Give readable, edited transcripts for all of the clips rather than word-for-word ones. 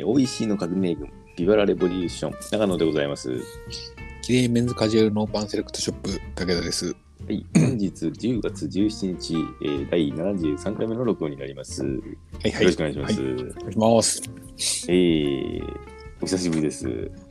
美味しいの革命軍ビバラレボリューション長野でございます。 キレイメンズカジュアルノーパンセレクトショップ武田です。 はい、本日10月17日、第73回目の録音になります。はいはい、よろしくお願いします。はい、お願いします。 お久しぶりです。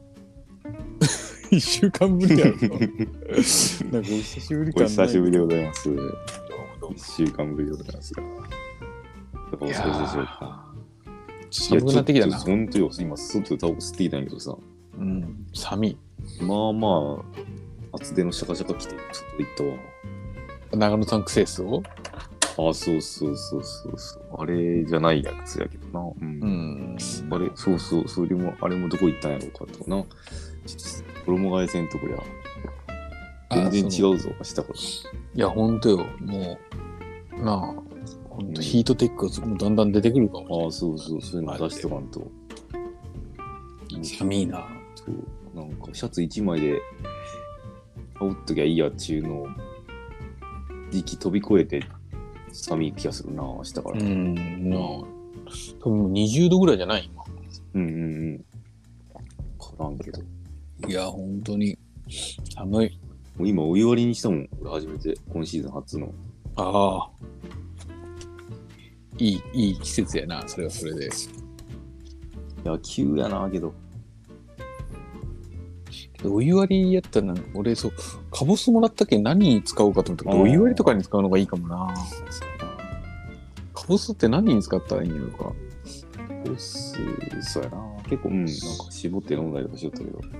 1週間ぶりやろ。なんかお久しぶり感ない。 お久しぶりでございます。1週間ぶりでございますが。お疲れ様でしょうか。 寒くなってきたな。 本当よ、今外でタバコ吸ってきたんやけどさ。 うん、寒い。 まあまあ、厚手のシャカシャカ着て、ちょっと行ったわ。 長野タンクセースをそう。あれじゃないやつやけどな。あれ、そう、それも、あれもどこ行ったんやろうかとな。衣替えせんとこや。全然違うぞ、したから。 いや、ほんとよ。もう、なあ、ほんとヒートテックがだんだん出てくるかもしれない。 そういうの出しとかんと。 寒いな。 そう、なんかシャツ1枚で羽織っときゃいいやっちゅうのを時期飛び越えて寒い気がするな、明日から。多分20度ぐらいじゃない今。からんけど。 いや、ほんとに寒い。 もう今お湯割りにしたもん、俺初めて、今シーズン初の。 ああ。いい季節やな、それはそれで。いや、急やな、けど。 お湯割りやったら俺かぼすもらったけん何に使おうかと思ったけど、お湯割りとかに使うのがいいかもな。かぼすって何に使ったらいいんやろか。かぼす、そうやな。結構なんか絞って飲んだりとかしよったけど。か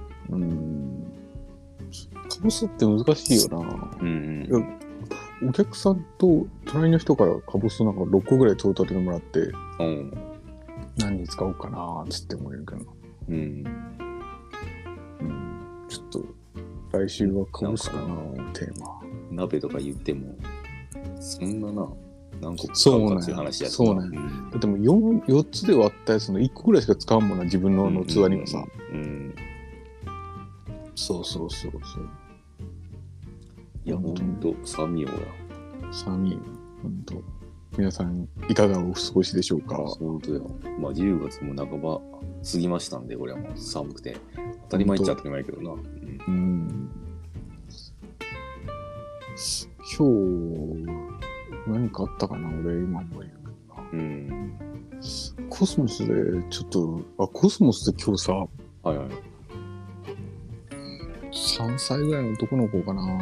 ぼすって難しいよな。いや、お客さんと隣の人からかぼすなんか6個ぐらいトータルでもらって、何に使おうかなーっつって思えるけど。ちょっと来週はかぼすかなテーマ。 鍋とか言ってもそんな何個使うかっていう話やった。 そうね。だってもう 4つで割ったやつの1個ぐらいしか使うもんな、自分の器にはさ。そう。 いや、ほんと寒いよや。 寒いよ、ほんと。皆さんいかがお過ごしでしょうか。 ほんとよ。まあ10月も半ば過ぎましたんで、これはもう寒くて当たり前っちゃ当たり前やけどな。 今日何かあったかな、俺今思えるけどな。コスモスでちょっとコスモスで今日さ、3歳ぐらいの男の子かな、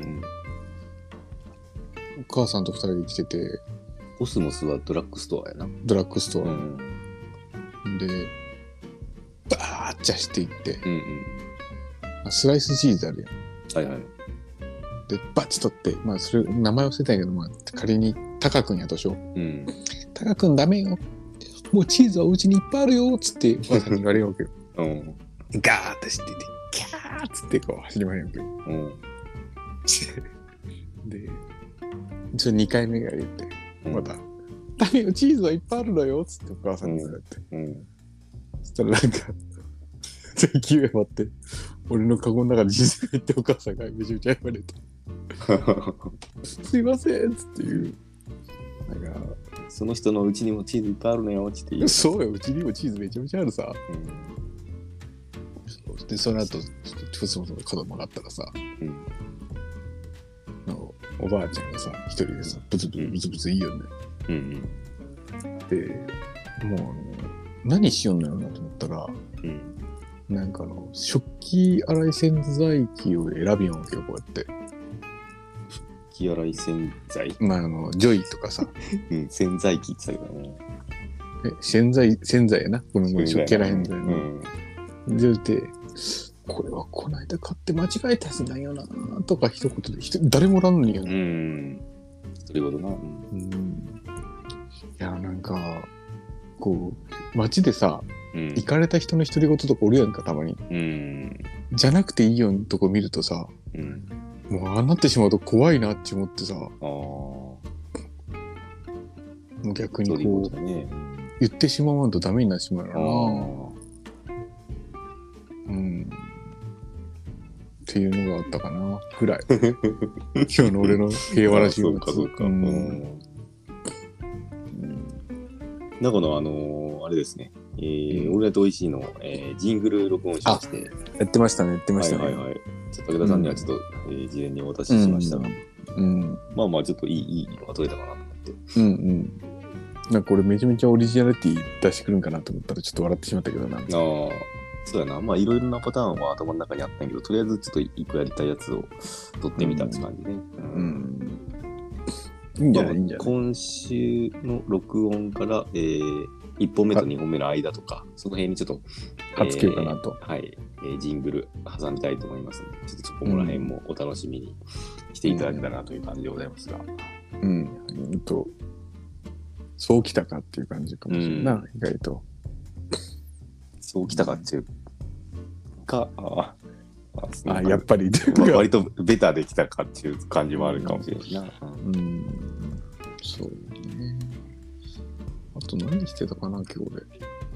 お母さんと2人で来てて。 コスモスはドラッグストアやな。 ドラッグストア、でバーッチャしていって、スライスチーズあるやん。でバッチ取って、まあそれ名前忘れたんやけど、まあ仮にタカ君やとしょ。タカ君ダメよ、もうチーズはうちにいっぱいあるよっつってお母さんに言われるわけよ。ガーッとしててキャーっつってこう走り回るわけよ。でちょ2回目が言って、またダメよチーズはいっぱいあるのよっつってお母さんに言われて、そしたらなんか勢い余って俺のカゴの中にチーズが入ってお母さんがめちゃめちゃ言われてすいませんっつって言う。なんかその人のうちにもチーズいっぱいあるのよって言う。 そうよ、うちにもチーズめちゃめちゃあるさ。でその後コスモスの子供があったらさ、おばあちゃんがさ一人でさブツブツいいよね。でもう何しよんのよなと思ったら、なんか食器洗い洗剤機を選びよんわけよ、こうやって。 食器洗い洗剤、 まあジョイとかさ、 洗剤機って言ったけどね。 洗剤やな、この食器洗い洗剤の。でこれはこの間買って間違えたやつなんよなとか一言で誰もおらんのによね。 そういうことな。 いや、なんかこう街でさ、行かれた人の独り言とかおるやんか、たまに。じゃなくていいよんとこ見るとさ、もうああなってしまうと怖いなって思ってさ、もう逆にこう言ってしまわんとダメになってしまうよな。っていうのがあったかなぐらい。今日の俺の平和な週末。 そうか。長野あれですね、 俺らと美味しいの、ジングル録音しまして。 やってましたね。ちょっと武田さんにはちょっと、事前にお渡ししましたが、まあまあちょっといいのが取れたかなと思って。 なんか俺めちゃめちゃオリジナリティ出してくるんかなと思ったらちょっと笑ってしまったけどな。 そうやな。まあいろいろなパターンは頭の中にあったんやけど、とりあえずちょっと一個やりたいやつを撮ってみたって感じね。いいんじゃない、今週の録音から、1本目と2本目の間とか、その辺にちょっと、 つけようかなと。 はい、ジングル挟みたいと思いますので、ちょっとそこら辺もお楽しみにしていただけたらなという感じでございますが。 そうきたかっていう感じかもしれないな、意外と。 そうきたかっていうか、 やっぱり割とベタできたかっていう感じもあるかもしれないな。 そうね。あと何してたかな、今日俺。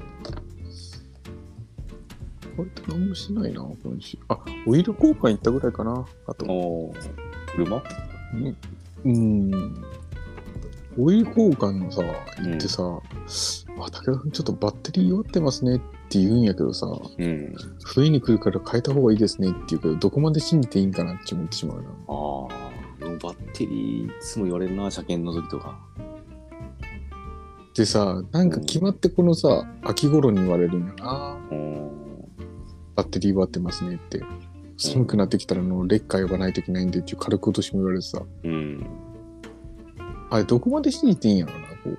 これって何もしないな、今週。オイル交換行ったぐらいかな。あと。 車？ オイル交換のさ、行ってさ、武田君ちょっとバッテリー弱ってますねって言うんやけどさ、冬に来るから変えた方がいいですねって言うけど、どこまで信じていいんかなって思ってしまうな。 バッテリーいつも言われるな、車検の時とか。 でさ、なんか決まってこのさ、秋頃に言われるんやな。バッテリー割ってますねって。寒くなってきたらレッカー呼ばないといけないんでっていう軽く落としも言われてさ。あれ、どこまで信じていいんやろな、こう。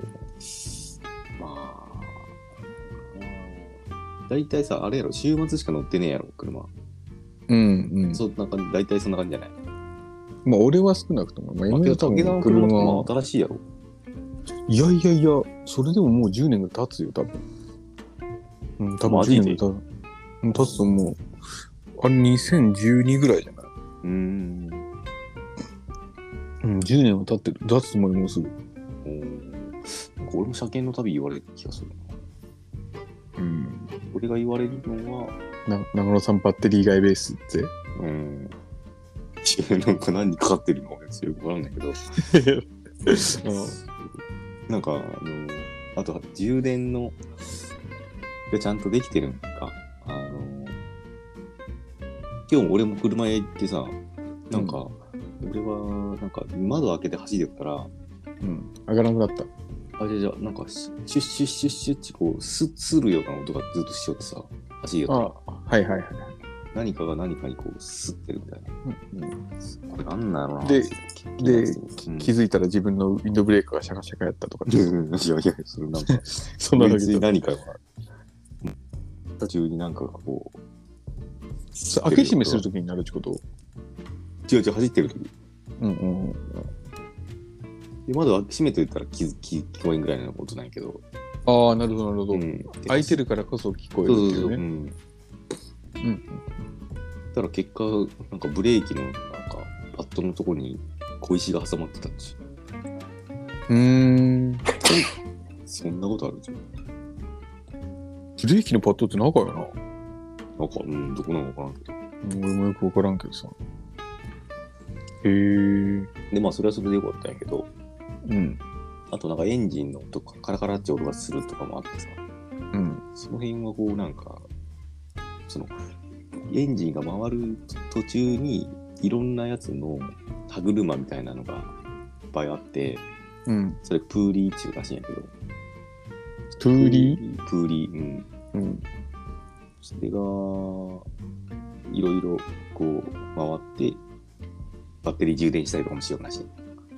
大体さ、あれやろ、週末しか乗ってねえやろ、車。そうなんか大体そんな感じじゃない。 まあ、俺は少なくとも。 今の車は新しいやろ。 いや、それでももう10年が経つよ、多分。多分10年が経つと思う。あれ、2012ぐらいじゃない10年は経ってる。経つつもりもうすぐ。 なんか俺も車検の旅言われる気がするな。俺が言われるのは長野さんバッテリー外ベースってなんか何にかかってるのかよくわからないけどなんかあと充電のがちゃんとできてるんか今日も俺も車屋行ってさなんか、俺はなんか窓開けて走ってたら上がらなくなったじゃなんかシュッシュッシュッシュッってこうするような音がずっとしよってさ走りよったら何かが何かにこうすってるみたいな、これなんだろうなで気づいたら自分のウィンドブレーカーがシャカシャカやったとかいやそれなんかそんな別に何かが途中になんかこう開け閉めするときになるってこと違う走ってるときで窓閉めといたら聞こえんぐらいのことなんやけどなるほど、開いてるからこそ聞こえるっていうねだから結果なんかブレーキのなんかパッドのとこに小石が挟まってたんですよそんなことあるじゃんブレーキのパッドって中よななんかどこなのか分からんけど俺もよく分からんけどさへでまあそれはそれでよかったんやけどあとなんかエンジンの音とかカラカラって音がするとかもあってさその辺はこうなんかそのエンジンが回る途中にいろんなやつの歯車みたいなのがいっぱいあって、それプーリーっていうらしいんやけどプーリーそれがいろいろこう回ってバッテリー充電したりとかもしようらしい。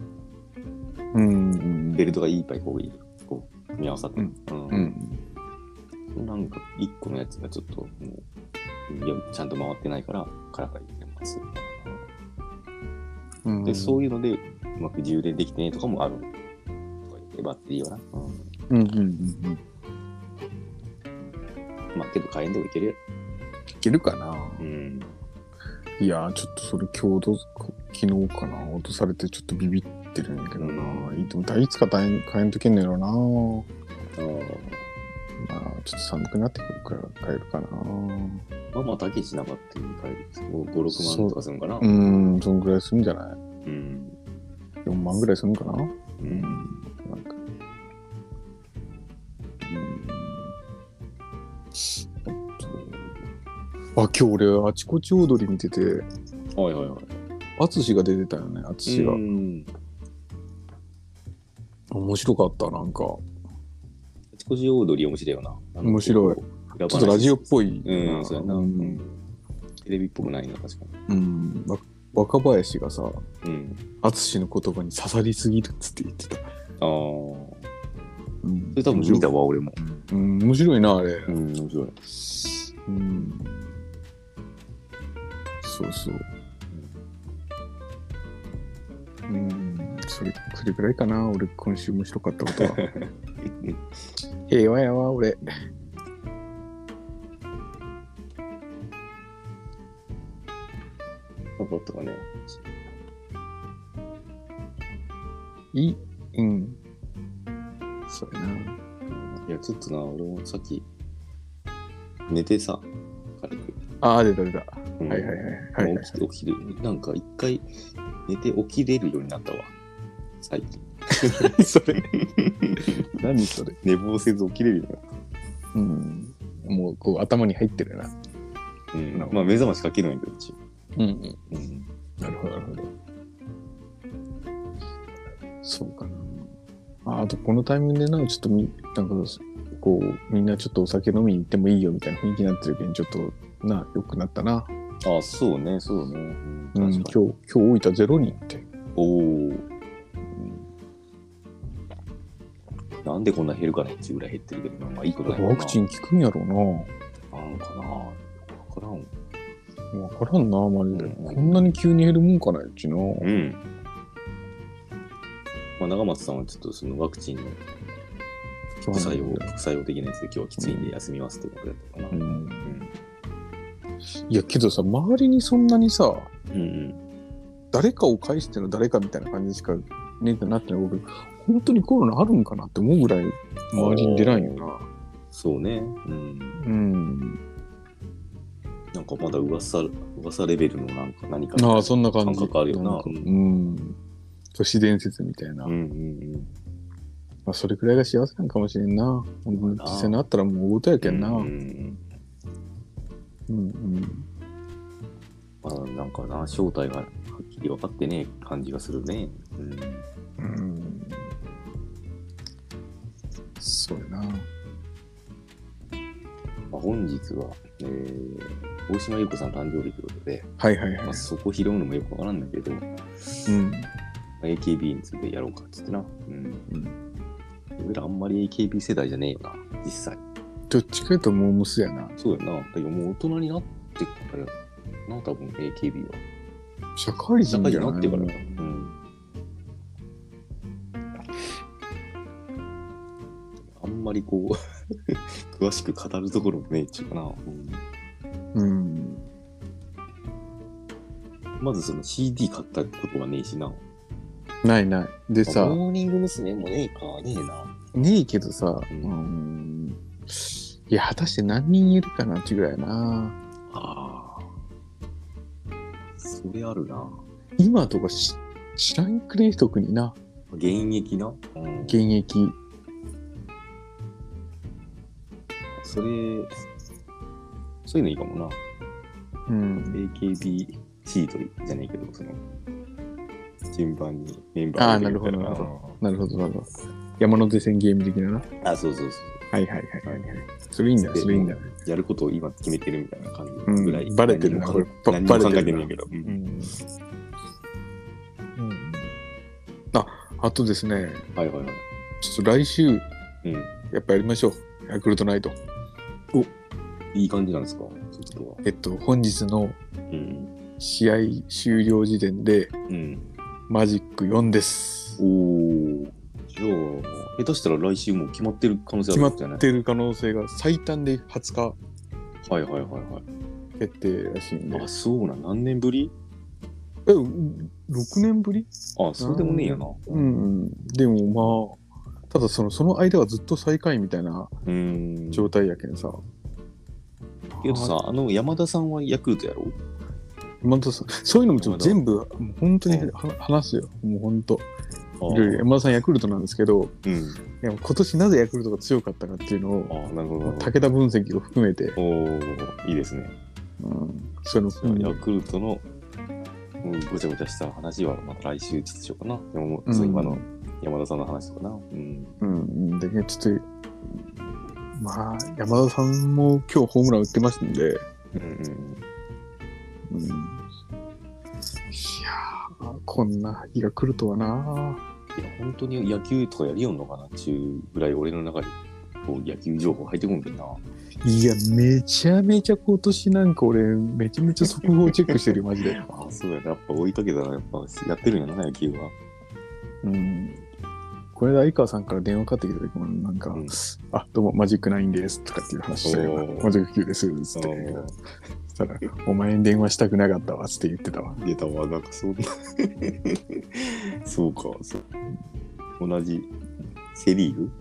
ベルトがいっぱいこう組み合わさってなんか一個のやつがちょっともうちゃんと回ってないからカラカラ言ってます。でそういうのでうまく充電できてねとかもあるとか言ってバッテリーはな。まあけど買えんでもいけるよ。 いけるかな。いやちょっとそれ昨日かな落とされてちょっとビビってるんやけどな。でもいつか買えんとけんのやろな。まあちょっと寒くなってくるから買えるかな。 まあ高いしなかったら買える。5、6万とかするんかな。 そんぐらいするんじゃない？4万ぐらいするんかな。なんか今日俺、あちこちオードリー見てて、 はいはいはい。 淳が出てたよね、淳が。面白かった、なんか。 あちこちオードリー面白いよな。 面白い。ちょっとラジオっぽい。 そうやな。テレビっぽくないな、確かに。若林がさ、淳の言葉に刺さりすぎるっつって言ってた。 それ多分見たわ、俺も。 面白いな、あれ。 面白い。 そうそう。それくらいかな、俺今週面白かったことは。平和やわ、俺。 なかったかね。 そうやな。 いや、ちょっとな、俺もさっき、寝てさ、軽く。 出た。はいはいはい。 起きる。なんか一回寝て起きれるようになったわ。最近。 それ。何それ。 寝坊せず起きれるようになった。 もうこう頭に入ってるな。 まあ目覚ましかけないんだよ、うち。 なるほど、なるほど。そうかな。あとこのタイミングでちょっとなんかこうみんなちょっとお酒飲みに行ってもいいよみたいな雰囲気になってるけど、ちょっと良くなったな。 そうね。 今日大分0人って。 なんでこんな減るかねっていうぐらい減ってるけど、まあいいことだよな。 ワクチン効くんやろうな。 なんかな。わからんな、マジで。こんなに急に減るもんかな、うちな。 まあ長松さんはちょっとそのワクチンの副作用的なやつで今日はきついんで休みますってことだったかな。 いやけどさ、周りにそんなにさ、誰かを介しての誰かみたいな感じしかねえってなってない。僕本当にコロナあるんかなって思うぐらい周りに出ないよな。 そうね。なんかまだ噂レベルの何かそんな感じ感覚あるよな。 都市伝説みたいな。それくらいが幸せなんかもしれんな。実際にあったらもう大事やけんな。 なんかな、正体がはっきり分かってねえ感じがするね。 そうやな。 本日は、大島優子さん誕生日ということで、そこ拾うのもよくわからんだけど、AKB についてやろうかっつってな。俺らあんまり AKB 世代じゃねえよな、実際。 どっちかとモームスやな。 そうやな。だけどもう大人になってからな、多分 AKB は。 社会人になってから。あんまりこう詳しく語るところもねえっちゅうかな。まずその CD 買ったことがねえしな。 ないでさ、 モーニング娘。もねえな。 ねえけどさ、いや果たして何人いるかなってぐらいやな。 それあるな。 今とか知らんくれ特にな。 現役な。 現役。 そういうのいいかもな。AKB シートじゃないけど、その順番にメンバーなるほど。山手線ゲーム的なな。 そう。 はい。それいいんだ。 やることを今決めてるみたいな感じぐらい。 バレてるな、これ。 何も考えてないけど。 あとですね。 はい。 ちょっと来週、やっぱやりましょう。ヤクルトナイト。 いい感じなんですか？ 本日の試合終了時点で、マジック4です。 じゃあ、下手したら来週も決まってる可能性あるんじゃない？ 決まってる可能性が最短で20日。決定らしいんで。 そうな。何年ぶり ？6年ぶり？ そうでもねえやな。 でもただその間はずっと最下位みたいな状態やけんさ。 けどさ、山田さんはヤクルトやろ？ 山田さん、そういうのもちょっと全部本当に話すよ。もう本当。いろいろ山田さんヤクルトなんですけど、今年なぜヤクルトが強かったかっていうのを武田分析を含めて。 いいですね。 そのヤクルトのごちゃごちゃした話はまた来週ちょっとしようかな。でも今の山田さんの話とかな。 でね、ちょっと、まあ、山田さんも今日ホームラン打ってますんで、いやー、こんな日が来るとはな。 いや、本当に野球とかやりよんのかなっていうぐらい俺の中にこう野球情報入ってこんけんな。 いや、めちゃめちゃ今年なんか俺、めちゃめちゃ速報チェックしてるよ、マジで。 あ、そうやな。やっぱ追いかけたらやっぱやってるんやな、野球は。 これで相川さんから電話かかってきた時もなんか、どうもマジックないんですとかっていう話したよ。マジック9ですっつって。そしたら、お前に電話したくなかったわって言ってたわ。 出たわ、なんかそんな。そうか、そう。同じセリーグ。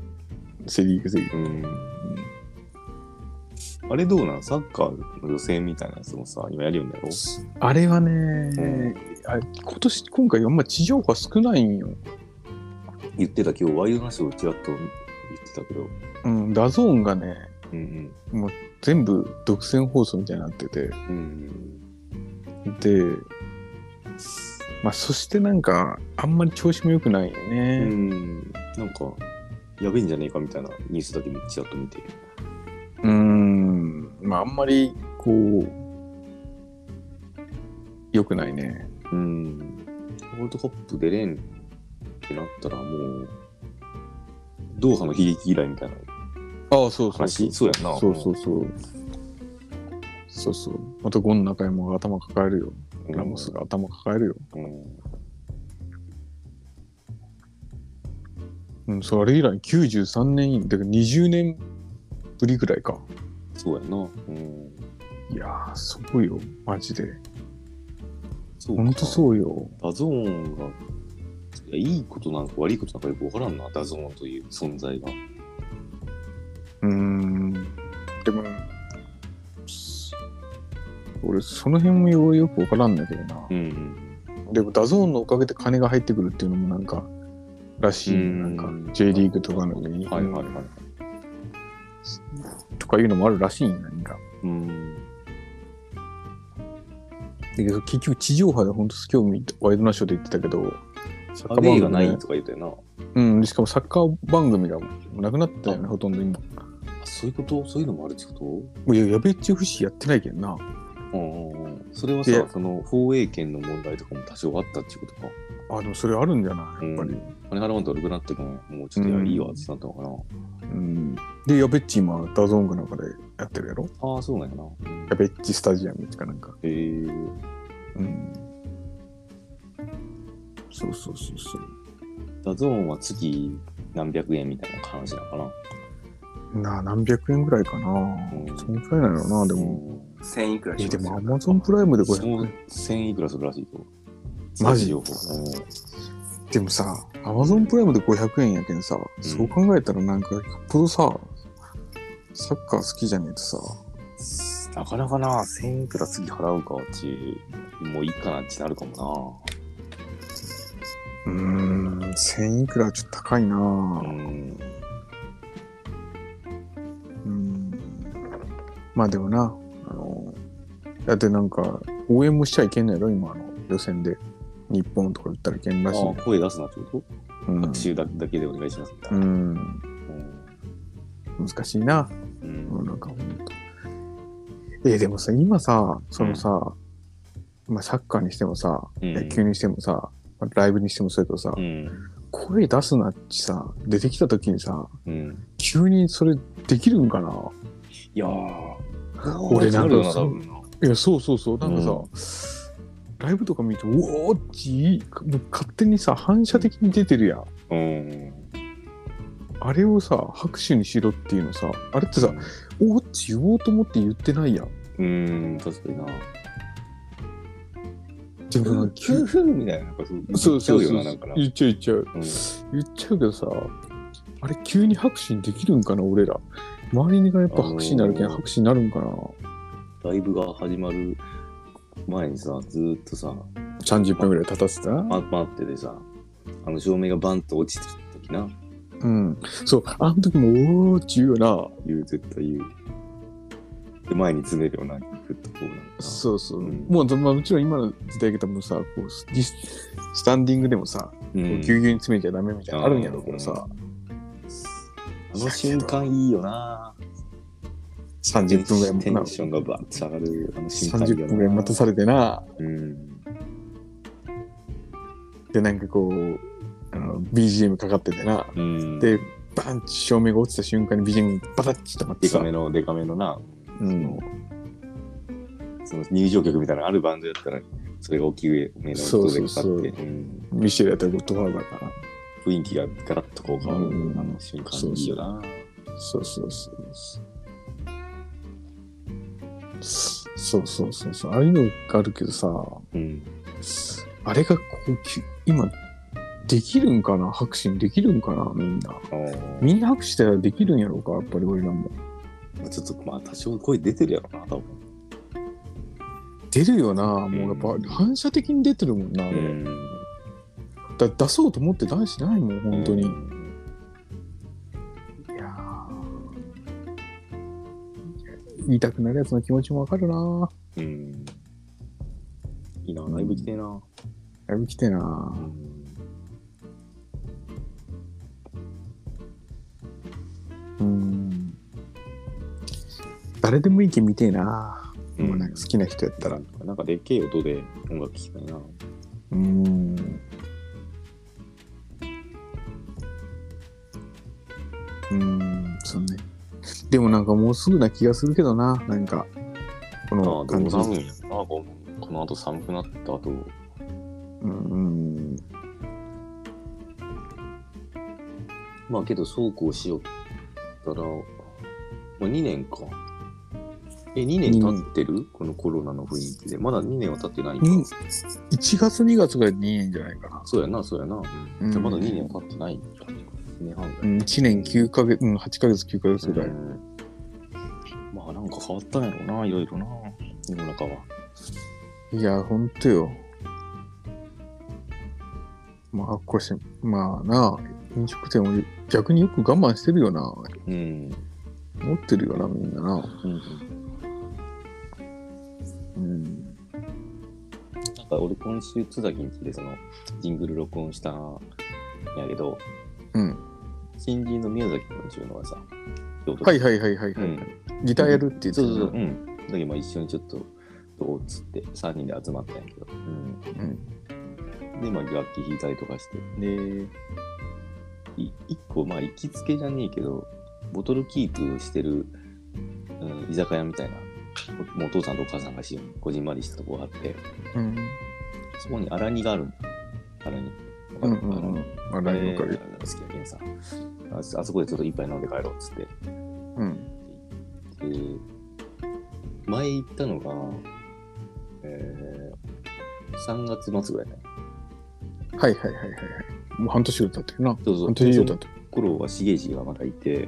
あれどうなんサッカーの予選みたいなやつもさ、今やるよだろ。 あれはね、今回あんま地上波少ないんよ。 言ってた、今日ワイドナショーちらっと言ってたけど。 ダゾーンがね、もう全部独占放送みたいになってて。で、まあそしてなんかあんまり調子も良くないよね。 なんかやべえんじゃねえかみたいなニュースだけちらっと見て。 まああんまりこう良くないね。 ワールドカップ出れんってなったらもうドーハの悲劇以来みたいな。 そうやな。そう。またゴン中山が頭抱えるよ。ラモスが頭抱えるよ。それ以来93年だから20年ぶりぐらいか。 そうやな。 いやー、そうよ、マジで。ほんとそうよ。 ダゾーンがいいことなんか悪いことなんかよくわからんな、ダゾーンという存在が。 でも、俺その辺もよくわからんだけどな。でもダゾーンのおかげで金が入ってくるっていうのもなんからしい。なんか J リーグとかの上に。とかいうのもあるらしいんや、なんか。だけど結局地上波でほんと今日ワイドナショーで言ってたけど、 サッカー番組がないとか言ったよな。しかもサッカー番組がなくなったよね、ほとんど今。 そういうこと？そういうのもあるってこと？いや、やべっち FC やってないけどな。 それはさ、その放映権の問題とかも多少あったっていうことか。 でもそれあるんじゃない？やっぱり。 金払わんと悪くなっても、もうちょっといいわってなったのかな。 で、やべっち今、ダゾーンかなんかでやってるやろ？ そうなんやな。 やべっちスタジアムかなんか。そう。 ダゾーンは月何百円みたいな感じなのかな。 何百円ぐらいかな。そのくらいなのな、でも。 1000いくらしますでも、アマゾンプライムで500円。 1000いくらするらしいと。 マジ？でもさ、アマゾンプライムで500円やけんさ、そう考えたらなんか、よっぽどさ、サッカー好きじゃねえとさ。 なかなかな、1000いくら次払うかっていう、もういいかなってなるかもな。1000いくらはちょっと高いな。まあでもな、だってなんか、応援もしちゃいけんのやろ、今予選で。日本とか言ったらいけんらしい。 声出すなってこと？拍手だけでお願いしますみたいな。 難しいな。なんかほんと。でもさ、今さ、そのさ、まあサッカーにしてもさ、野球にしてもさ、ライブにしてもそうやけどさ、声出すなってさ、出てきた時にさ、急にそれできるんかな？ いや俺なんかそう。なんかさ、ライブとか見て、おーって勝手にさ、反射的に出てるやん。あれをさ、拍手にしろっていうのさ、あれってさ、おーって言おうと思って言ってないやん。 確かにな。 でもなんか、 みたいな。 そう。言っちゃう。言っちゃうけどさ、あれ急に拍手にできるんかな、俺ら。周りがやっぱ拍手になるけん拍手になるんかな。 ライブが始まる前にさ、ずーっとさ、 30分ぐらい経たせた待っててさ、照明がバンと落ちてる時な。 そう、あの時もおーって言うよな。 絶対言う。 手前に詰めるようなフットボールなんか。 そうそう。もう、まあ、もちろん今の時代多分さ、こうスタンディングでもさ、ぎゅうぎゅうに詰めちゃダメみたいなのあるんやろうけどさ。 あの瞬間いいよな。 30分ぐらいテンションがバッと上がるあの瞬間。 30分ぐらい待たされてな。で、なんかこう、BGM かかっててな。で、バンって照明が落ちた瞬間に BGM バタッと止まってさ。 デカめのな。その入場曲みたいなのあるバンドやったら、それが大きい目の音でかかって。 ミシェルやったらゴッドファーザーかな。 雰囲気がガラッとこう変わる、あの瞬間いいよな。 そうそう。ああいうのがあるけどさ、あれがこう今できるんかな、拍手にできるんかな、みんな拍手したらできるんやろうか、やっぱり俺らも。 ちょっとまあ多少声出てるやろな、多分。 出るよな、もうやっぱ反射的に出てるもんな、出そうと思って出してないもん、本当に。いや言いたくなるやつの気持ちもわかるな。 いいな、ライブ来てえな。 ライブ来てえな。誰でもいいけ見てえな。もうなんか好きな人やったら。 なんかでっけえ音で音楽聴きたいな。 そうね。でもなんかもうすぐな気がするけどな、なんか。この感じ。 どうなるんやな、この後寒くなった後。まあけどそうこうしよったら、もう2年か。2年経ってる？このコロナの雰囲気で。まだ2年は経ってないか。 1月2月ぐらいで2年じゃないかな。 そうやな。じゃあまだ2年は経ってないんか。1年半ぐらい。 1年9ヶ月、8ヶ月9ヶ月ぐらい。 まあなんか変わったんやろうな、いろいろな、世の中は。 いや、ほんとよ。まあ、まあな、飲食店も逆によく我慢してるよな。持ってるよな、みんなな。 なんか俺今週津崎に来てそのジングル録音したんやけど、新人の宮崎君っていうのがさ、 はい、ギターやるって言ってた。 そう。だけど一緒にちょっとどうっつって3人で集まったんやけど。で、まあ楽器弾いたりとかして。で、一個、まあ行きつけじゃねえけど、ボトルキープしてる、居酒屋みたいな、もうお父さんとお母さんがこじんまりしたとこがあって、そこに荒煮があるんだ。荒煮。 荒煮好きやけんさ。あそこでちょっと一杯飲んで帰ろうっつって。前行ったのが、3月末ぐらいだね。 はい。もう半年ぐらい経ってるな。 そう。 半年以上経ってる。 頃はしげじがまだいて、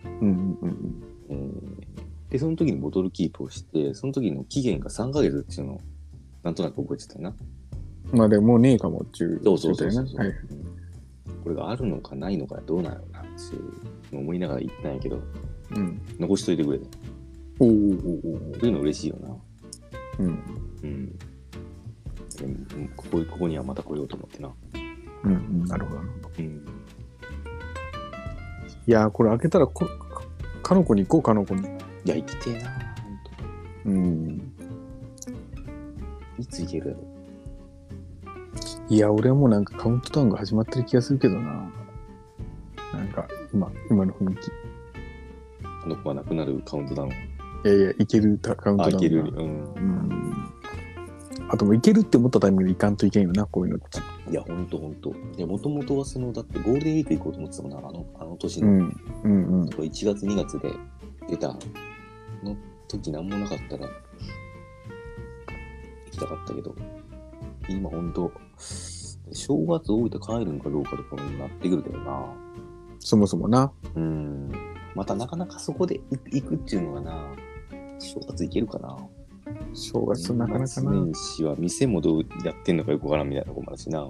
で、その時にボトルキープをして、その時の期限が3ヶ月っていうのを、なんとなく覚えてたな。 まあでももうねえかもっていう。 そう。これがあるのかないのかどうなのかなっていう思いながら言ったんやけど、残しといてくれて。そういうの嬉しいよな。ここにはまた来ようと思ってな。 なるほど。いやー、これ開けたらかの子に行こう、かの子に。 いや、行きてえな、ほんと。いつ行けるやろ。 いや、俺はもうなんかカウントダウンが始まってる気がするけどな。なんか、今の雰囲気。 あの子がなくなるカウントダウン。 いや、いけるカウントダウン。 いける。 あともういけるって思ったタイミングで行かんといけんよな、こういうのって。 いや、ほんと。いや、もともとはだってゴールデンウィーク行こうと思ってたもんな、あの年の。1月2月で出たの時なんもなかったら行きたかったけど、今ほんと、正月大分帰るのかどうかとかになってくるけどな。 そもそもな。 またなかなかそこで行くっていうのがな、正月行けるかな。 正月なかなかな。 年始は店もどうやってんのかよくわからんみたいなとこもあるしな。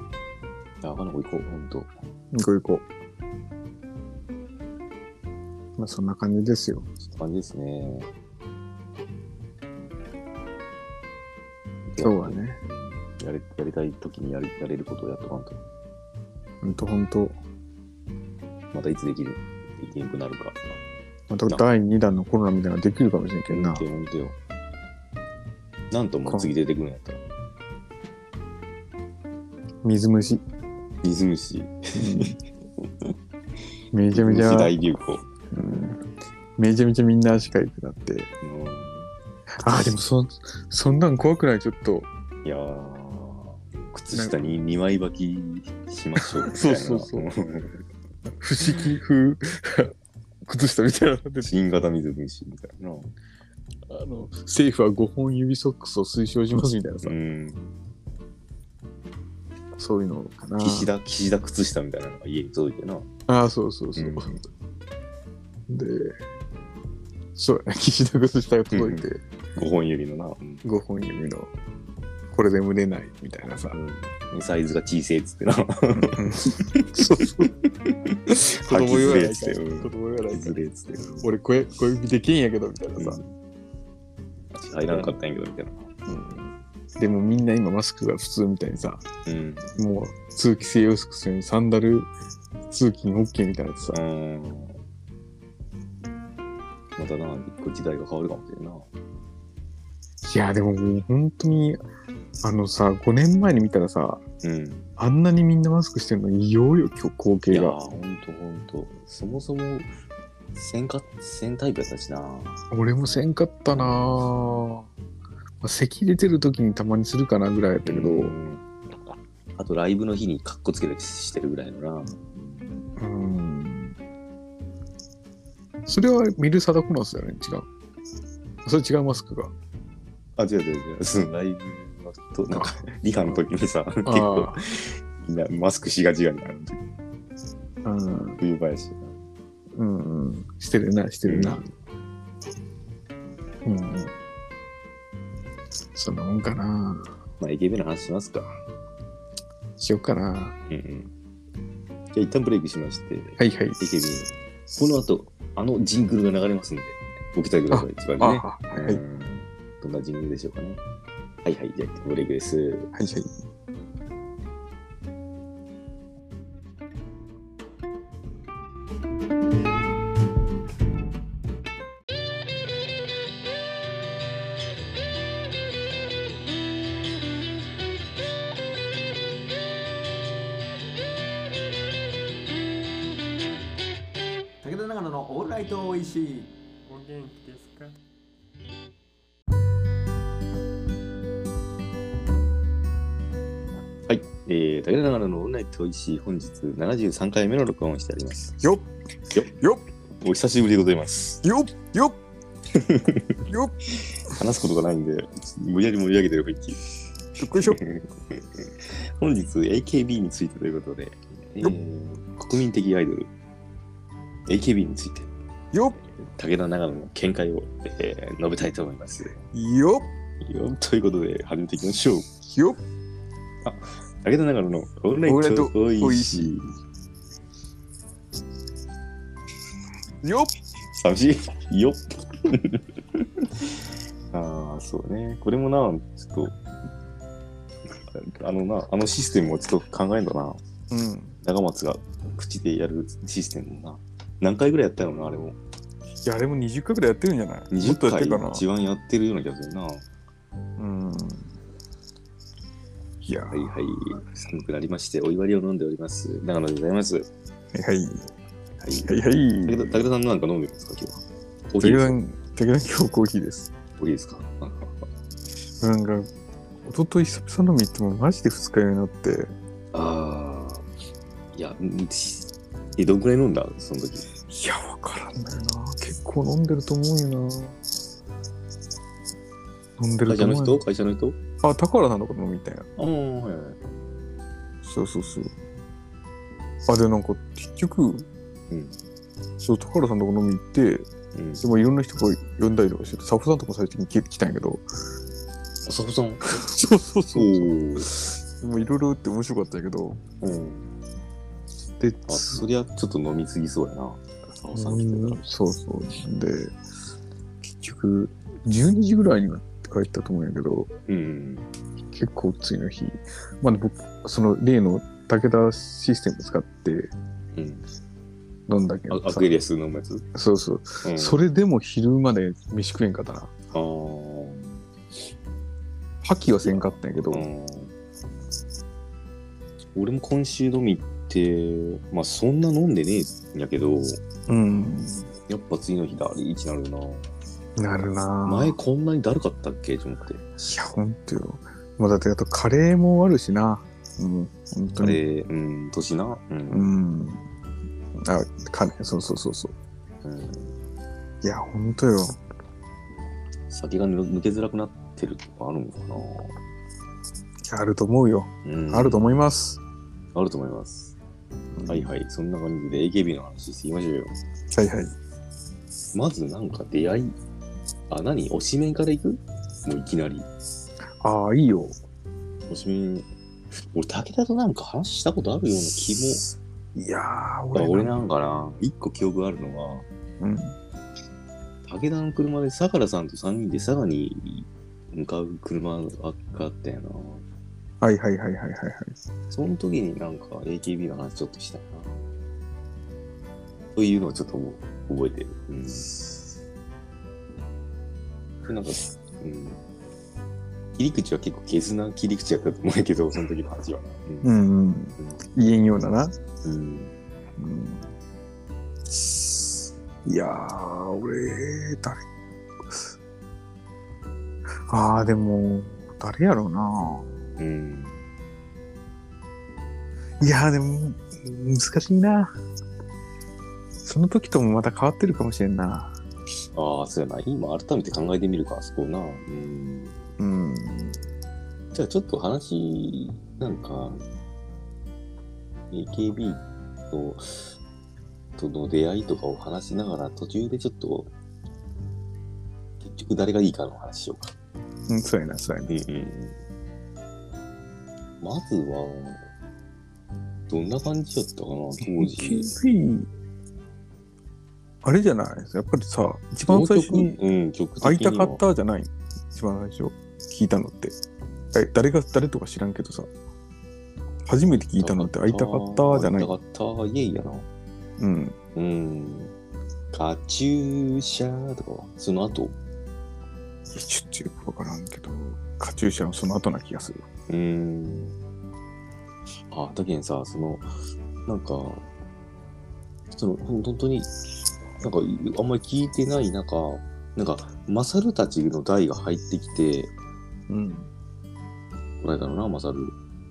あかの子行こう、ほんと。 行こう。 まあそんな感じですよ。 そんな感じですね。 今日はね。 やりたい時にやれることをやっとかんと。 ほんと。 またいつできなくなるか。 また第2弾のコロナみたいなのができるかもしれんけどな。 ほんとよ。なんともう次出てくるんやったら。 水虫。めちゃめちゃ。 大流行。 めちゃめちゃみんな足かゆくなって。でもそんなん怖くない？ちょっと。 いやー、靴下に2枚履きしましょうみたいな。そう。 不思議風靴下みたいなので。 新型水虫みたいな。 政府は5本指ソックスを推奨しますみたいなさ。そういうのかな。 岸田靴下みたいなのが家に届いてな。 そう。で、そうやね。岸田靴下が届いて。 5本指のな。 5本指の。これで蒸れないみたいなさ。 サイズが小さいっつってな。 そう。子供言わないから。俺小指できんやけどみたいなさ。 入らなかったんやけどみたいな。 でもみんな今マスクが普通みたいにさ、もう通気性を良くするようにサンダル通勤 OK みたいなさ。 またな、一個時代が変わるかもしれんな。 いやでももう本当に5年前に見たらさ、あんなにみんなマスクしてるの異様よ、光景が。いやほんと。そもそもせんタイプやったしな。 俺もせんかったなぁ。咳出てる時にたまにするかなぐらいやったけど。 あとライブの日にカッコつけてしてるぐらいのな。 それはミルサダコマスだよね。違う。それ違うマスクが。 違う。そのライブのなんかリハの時にさ、結構みんなマスクしがちやねん。冬林。してるな。 そんなもんかな。 まあ AKB の話しますか。 しよっかな。 じゃあ一旦ブレイクしまして。 はい。 AKB の。この後、ジングルが流れますんで、ご期待ください。一番ね。どんなジングルでしょうかね。はい。じゃあブレイクです。 はい。 武田長野のオールライトおいしい。 お元気ですか？ はい、武田長野のオールライトおいしい、本日73回目の録音をしてあります。 よっお久しぶりでございます。 よっ話すことがないんで、無理やり盛り上げてる雰囲気。 よっこいしょ。 本日 AKB についてということで、国民的アイドル AKB について武田長野の見解を、述べたいと思います。 よということで始めていきましょう。 よ武田長野のオールナイトおいしい。 よっ寂しいよっそうね。これもな、ちょっとあのシステムをちょっと考えんだな。長松が口でやるシステムもな。何回ぐらいやったのな、あれも。 いや、あれも20回ぐらいやってるんじゃない？ 20 回一番やってるような気がするな。いや、はい。寒くなりまして、お湯割りを飲んでおります。長野でございます。はい。武田さんなんか飲んでるんですか、今日は。武田今日コーヒーです。 コーヒーですか？ なんか、一昨日久々飲み行ってもマジで二日酔いになって。 いや、どんくらい飲んだその時。 いや、わからんだよな。結構飲んでると思うよな。飲んでると思う。 会社の人？ 高原さんのこと飲みたいな。そう。で、なんか、結局、高原さんのとこ飲み行って、でもいろんな人が呼んだりとかしてて、サフさんとか最初に来たんやけど。 サフさん？ そう。でもいろいろって面白かったんやけど。 で、そりゃちょっと飲みすぎそうやな。 そうそう。で、結局、12時ぐらいには帰ったと思うんやけど、結構次の日、まだ僕、その例の武田システム使って、飲んだけどアクエリアス飲むやつ。 そうそう、それでも昼まで飯食えんかったな。覇気はせんかったんやけど、 俺も今週飲みってまあそんな飲んでねえんやけど、やっぱ次の日だリーチなるな。 なるな。 前こんなにだるかったっけと思って。いやほんとよ。もうだってあとカレーもあるしな。本当に。カレー、年な。 そうそうそうそう。いやほんとよ。 先が抜けづらくなってるとかあるのかな。 あると思うよ。あると思います。 あると思います。はいはい。そんな感じで AKB の話していきましょうよ。 はいはい。 まずなんか出会い。何推しメンから行く？もういきなり。 いいよ。 推しメン。俺、武田となんか話したことあるような気も。いやー、俺なんかな、一個記憶があるのは、武田の車で相良さんと3人で佐賀に向かう車があったよな。 はい。 その時になんか AKB の話ちょっとしたかな。というのをちょっと覚えてる。なんか、切り口は結構ゲスな切り口やったと思うけど、その時の話は。 言えんようなな。いやー、俺、でも、誰やろうな。いやー、でも、難しいな。その時ともまた変わってるかもしれんな。 そうやな。今改めて考えてみるか、そこな。じゃあちょっと話、なんか、AKB との出会いとかを話しながら、途中でちょっと、結局誰がいいかの話しようか。 そうやな。 まずは、どんな感じだったかな、当時。 AKB、あれじゃないですか。やっぱりさ、一番最初に会いたかったじゃない？一番最初聞いたのって。誰とか知らんけどさ。初めて聞いたのって会いたかったじゃない？ 会いたかった、いえいやな。カチューシャとかはその後？ ちょっとよくわからんけど、カチューシャのその後な気がする。 だけんさ、なんか、本当に、なんか、あんまり聞いてない中、なんか、マサルたちの代が入ってきて、こないだろうな、マサル。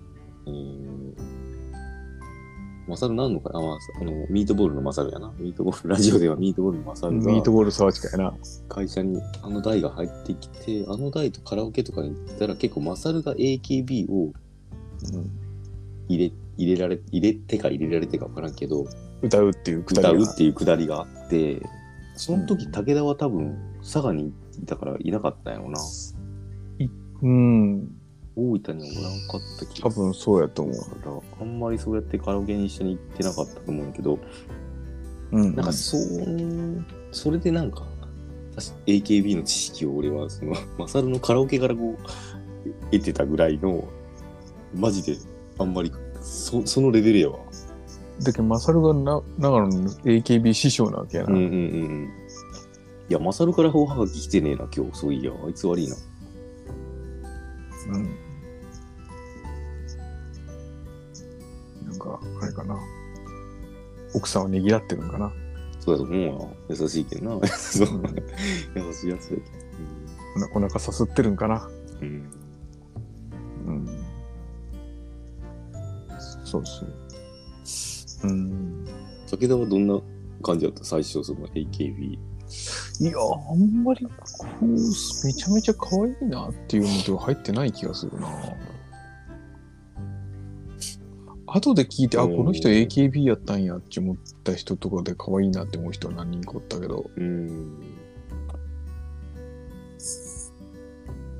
マサルなんのかな、ミートボールのマサルやな。ミートボール、ラジオではミートボールのマサルが。 ミートボール沢地かやな。 会社に台が入ってきて、台とカラオケとかに行ったら結構マサルが AKB を入れてか入れられてか分からんけど、 歌うっていうくだりがあって、その時武田は多分佐賀にいたからいなかったんやろな。大分にはおらんかった気がする。 多分そうやと思う。 あんまりそうやってカラオケに一緒に行ってなかったと思うんやけど、なんかそれでなんか AKB の知識を俺はマサルのカラオケから得てたぐらいの、マジであんまりそのレベルやわ。 だけどマサルが長野の AKB 師匠なわけやな。 いや、マサルから大はがき来てねえな今日。そういや、あいつ悪いな。 なんかあれかな、奥さんをねぎらってるんかな。 そうだと思うな。優しいけどな。優しいやつだけど。 お腹さすってるんかな。そう。 武田はどんな感じだった最初、AKB。 いや、あんまりめちゃめちゃ可愛いなっていうのでは入ってない気がするな。後で聞いて、この人 AKB やったんやって思った人とかで可愛いなって思う人は何人かおったけど。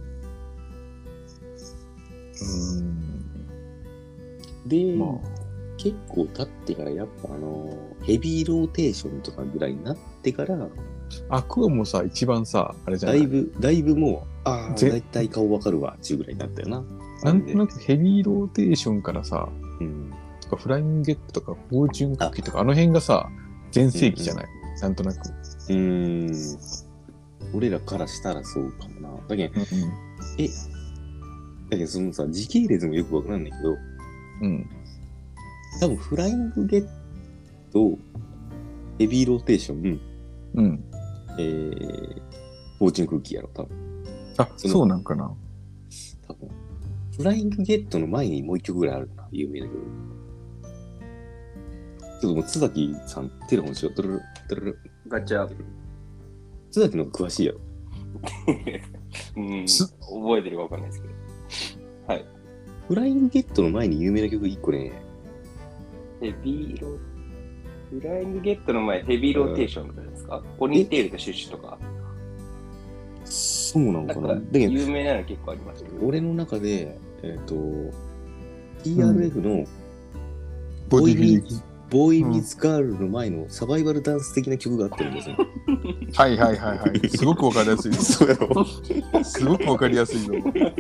で、 結構経ってからやっぱヘビーローテーションとかぐらいになってからアクアもさ一番さあれじゃないだいぶもうだいたい顔わかるわっていうぐらいになったよな。 なんとなくヘビーローテーションからさ、とかフライングゲットとかフォーチュンクッキーとかあの辺がさ全盛期じゃない、なんとなく。 俺らからしたらそうかもな。だけど、だけどそのさ時系列もよくわからんねんけど、多分フライングゲット、ヘビーローテーション、フォーチュンクッキーやろ、多分。 そうなんかな。 多分。フライングゲットの前にもう一曲ぐらいあるな、有名な曲。ちょっともう、津崎さん、テレフォンしよう。 ガチャ。 津崎の方が詳しいやろ。 覚えてるかわかんないですけど。はい。 フライングゲットの前に有名な曲1個ね。 フライングゲットの前、ヘビーローテーションとかですか？ポニーテールとシュッシュとか。 そうなのかな。だけど有名なの結構ありますけど。 俺の中で、TRF のボディビリボーイミズガールの前のサバイバルダンス的な曲があってるんですよ。 はいはいはいはい。すごくわかりやすい。 そうやろ。 すごくわかりやすいぞ。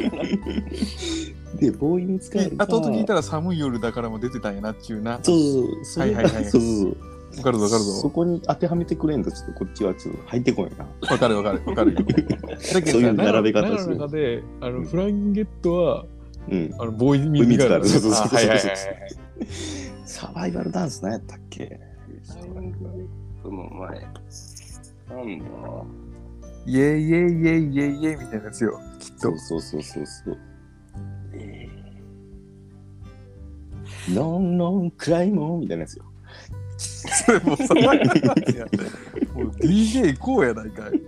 で、ボーイミズガールが後々聞いたら寒い夜だからも出てたんやなっちゅうな。 そう。 はいはいはい。 そう。 わかるぞ。 そこに当てはめてくれんと、ちょっとこっちはちょっと入ってこいな。 わかるよ。だけどさ、 そういう並べ方の中で、フライングゲットは、ボーイミズガール。そう。 はい。 サバイバルダンス何やったっけ？ その前。なんだイェイイェイみたいなやつよ、きっと。 そう。ノンクライモンみたいなやつよ。 それもうさ、もう DJ こうやないかい。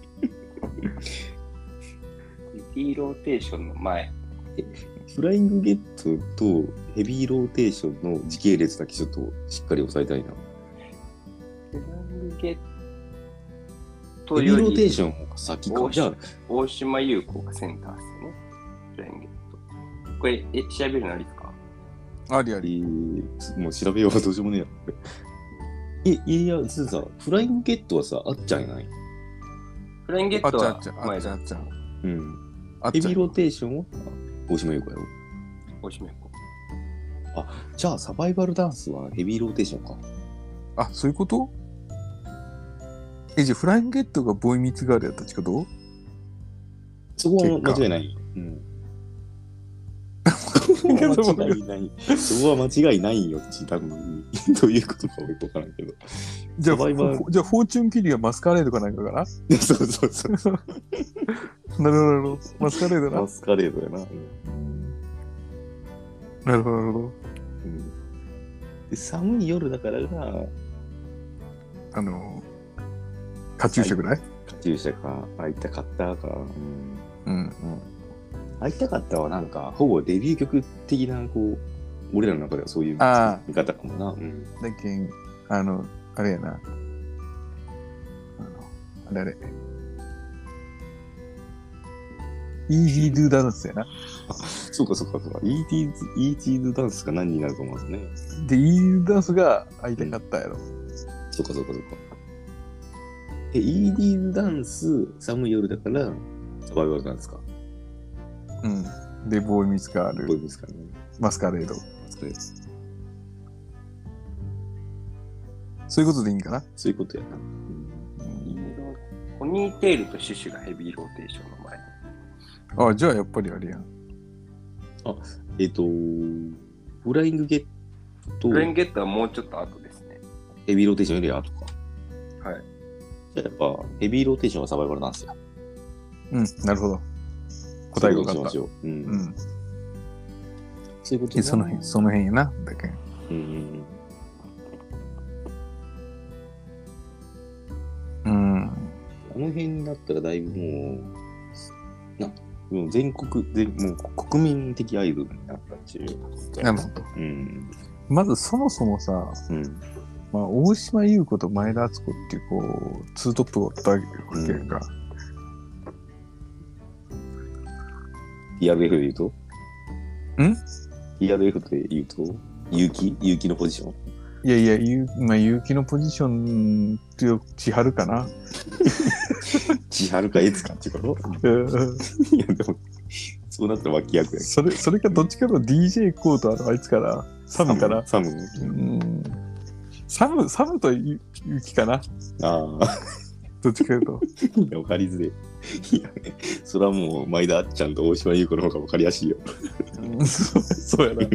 ヘビーローテーションの前。 フライングゲットとヘビーローテーションの時系列だけちょっとしっかり押さえたいな。 フライングゲットヘビーローテーションが先か。じゃあ、 大島優子がセンターですよね。フライングゲット。これ、調べるのありですか？ あり。 もう調べようどうしようもねえや。いや、実はさ、フライングゲットはさ、あっちゃんやない？ フライングゲットはあっちゃん。 ヘビーローテーションは大島優子やろ。 大島優子。 じゃあサバイバルダンスはヘビーローテーションか。 そういうこと？じゃあフライングゲットがボーイミツガールやったってこと？ そこは間違いない。そこは間違いないよって多分どういうことか俺分からんけど。 じゃあフォーチュンキリはマスカレードかなんかかな？ そう。 なるほど。マスカレードな。 マスカレードやな。 なるほど。 で寒い夜だからがカチューシャぐらい？ カチューシャか会いたかったか。会いたかったはなんかほぼデビュー曲的なこう俺らの中ではそういう見方かもな。 だけんあれやな。あれ。イージードゥダンスやな。 そうか。イージードゥダンスが何になると思うんですね。 で、イージードゥダンスが会いたかったやろ。 そうか。イージードゥダンス、寒い夜だからサバイバルなんですか？ で、ボーイミツガール。マスカレード。そういうことでいいんかな？ そういうことやな。 ポニーテールとシュシュがヘビーローテーションの前。 じゃあやっぱりあれやん。 フライングゲット。 フライングゲットはもうちょっと後ですね。 ヘビーローテーションより後か。 はい。 じゃあやっぱヘビーローテーションはサバイバルなんですよ。 なるほど。答えが分かった。 そういうことでその辺やな。だけあの辺になったらだいぶもう全国でもう国民的アイドルになったっていう。 なるほど。まずそもそもさ、大島優子と前田敦子っていうこうツートップを取ったわけやんか。 TRF で言うと？TRF で言うと？ 結城のポジション。 いやいや、結城のポジションっていう千春かな。 千春かエツかっていうこと？いやでもそうなったら脇役や。 それかどっちかの DJ コートあいつから、サムかな。 サムとゆきかな。 ああ。 どっちかと。 いや、分かりづれ。いやね、それはもう前田あっちゃんと大島優子の方が分かりやすいよ。 そうやな。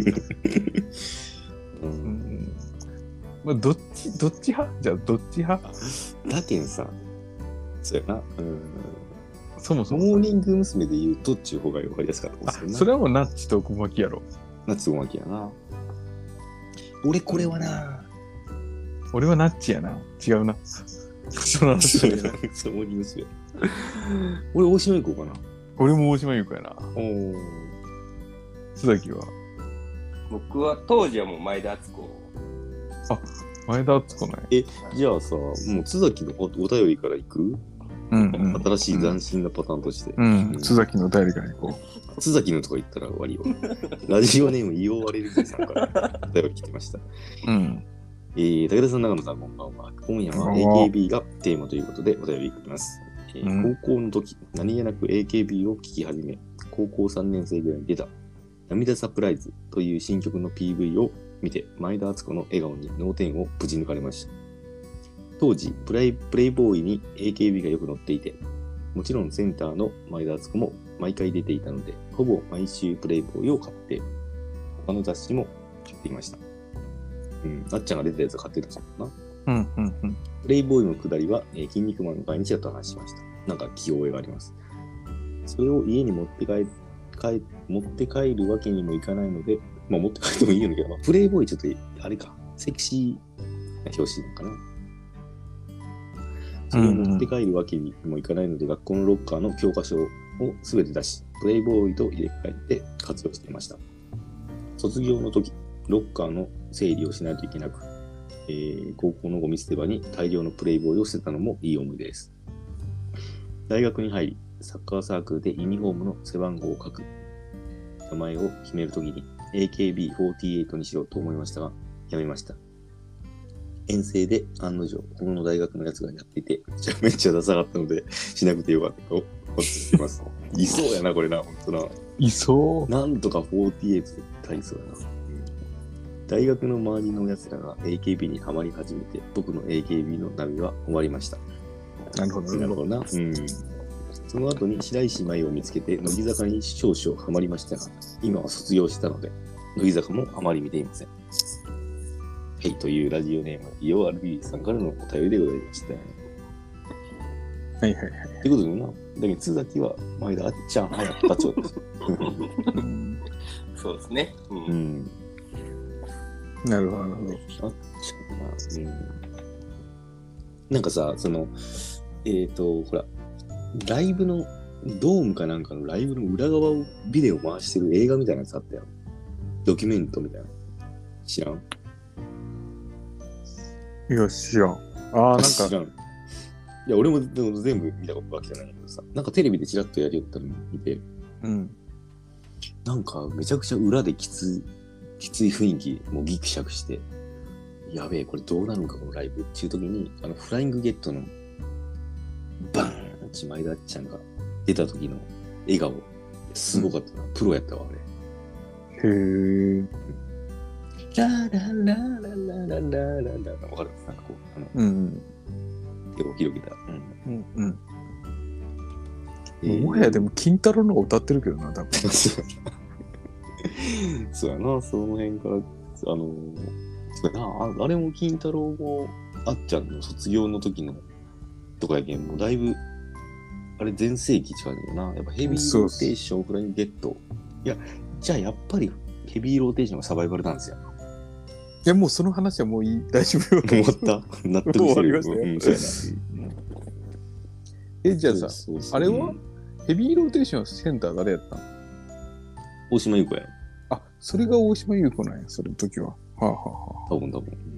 まあ、どっち派？じゃあどっち派？ だけんさ、そうやな。 そもそもモーニング娘。で言うとっちゅう方が分かりやすかったかもしれんな。 それはもうナッチと小牧やろ。 ナッチと小牧やな。俺これはな。 俺はナッチやな。違うな。その話だな。そう、モーニング娘。俺大島優子かな。 俺も大島優子やな。須崎は？ 僕は当時はもう前田敦子。 前田敦子ね。 じゃあさ、もう津崎のお便りからいく？新しい斬新なパターンとして。 津崎のお便りからいこう。津崎のとこ行ったら終わりよ。ラジオネーム、イオワレルギーさんからお便り来てました。武田さん、長野さん、こんばんは。今夜は AKB がテーマということでお便りいただきます。高校の時、何気なく AKB を聴き始め、高校3年生ぐらいに出た涙サプライズという新曲の PV を見て、前田敦子の笑顔に脳天をぶち抜かれました。当時プレイボーイに AKB がよく載っていて、もちろんセンターの前田敦子も毎回出ていたので、ほぼ毎週プレイボーイを買って、他の雑誌も買っていました。あっちゃんが出たやつ買ってたそうだな。プレイボーイのくだりは、筋肉マンの会にちらっと話しました。なんか気覚えがあります。それを家に持って帰るわけにもいかないので、まあ持って帰ってもいいんだけど、プレイボーイちょっと、あれか、セクシーな表紙なのかな。それを持って帰るわけにもいかないので、学校のロッカーの教科書をすべて出し、プレイボーイと入れ替えて活用していました。卒業の時、ロッカーの整理をしないといけなく、高校のゴミ捨て場に大量のプレイボーイを捨てたのもいい思い出です。大学に入り、サッカーサークルでユニフォームの背番号を書く。名前を決めるときに AKB48 にしようと思いましたが、やめました。遠征で案の定、この大学のやつがやっていて、めっちゃダサかったので、しなくてよかったと思っています。いそうやな、これな、ほんとな。 いそう。 なんとか48絶対いそうやな。大学の周りのやつらが AKB にハマり始めて、僕の AKB の波は終わりました。 なるほど、 なるほどな。その後に白石麻衣を見つけて、乃木坂に少々ハマりましたが、今は卒業したので、乃木坂もあまり見ていません。はい、というラジオネーム、イオアルビーさんからのお便りでございました。 はいはいはい。 ということでな、だけど津崎は前田あっちゃん流行ったちょっと。 そうですね。 なるほど、なるほど。 あっちゃんな。なんかさ、ほら、ライブの、ドームかなんかのライブの裏側をビデオ回してる映画みたいなやつあったよ。ドキュメントみたいな。知らん？ いや、知らん。なんか。 知らん。いや、俺もでも全部見たことわけじゃないけどさ、なんかテレビでチラッとやりよったの見て、なんかめちゃくちゃ裏できつい雰囲気、もうギクシャクして、やべえ、これどうなるのか、このライブっていう時に、フライングゲットのバーンって前田あっちゃんが出た時の笑顔、すごかったな。プロやったわ、あれ。 へー。 ラララララララララわかる？なんかこう、手を広げた。 もはやでも、金太郎の方が歌ってるけどな、多分。 そうやな、その辺から、そうやな、あれも金太郎も、あっちゃんの卒業の時のとかやけん、もうだいぶ、あれ全盛期違うよな。やっぱヘビーローテーション、フライングゲット。いや、じゃあやっぱりヘビーローテーションがサバイバルダンスやな。 いや、もうその話はもういい。大丈夫よ。 終わった納得してる。 終わりましたよ。じゃあさ、あれはヘビーローテーションセンター誰やったの？ 大島優子や。 それが大島優子なんや、その時は。はあはあはあ。 多分。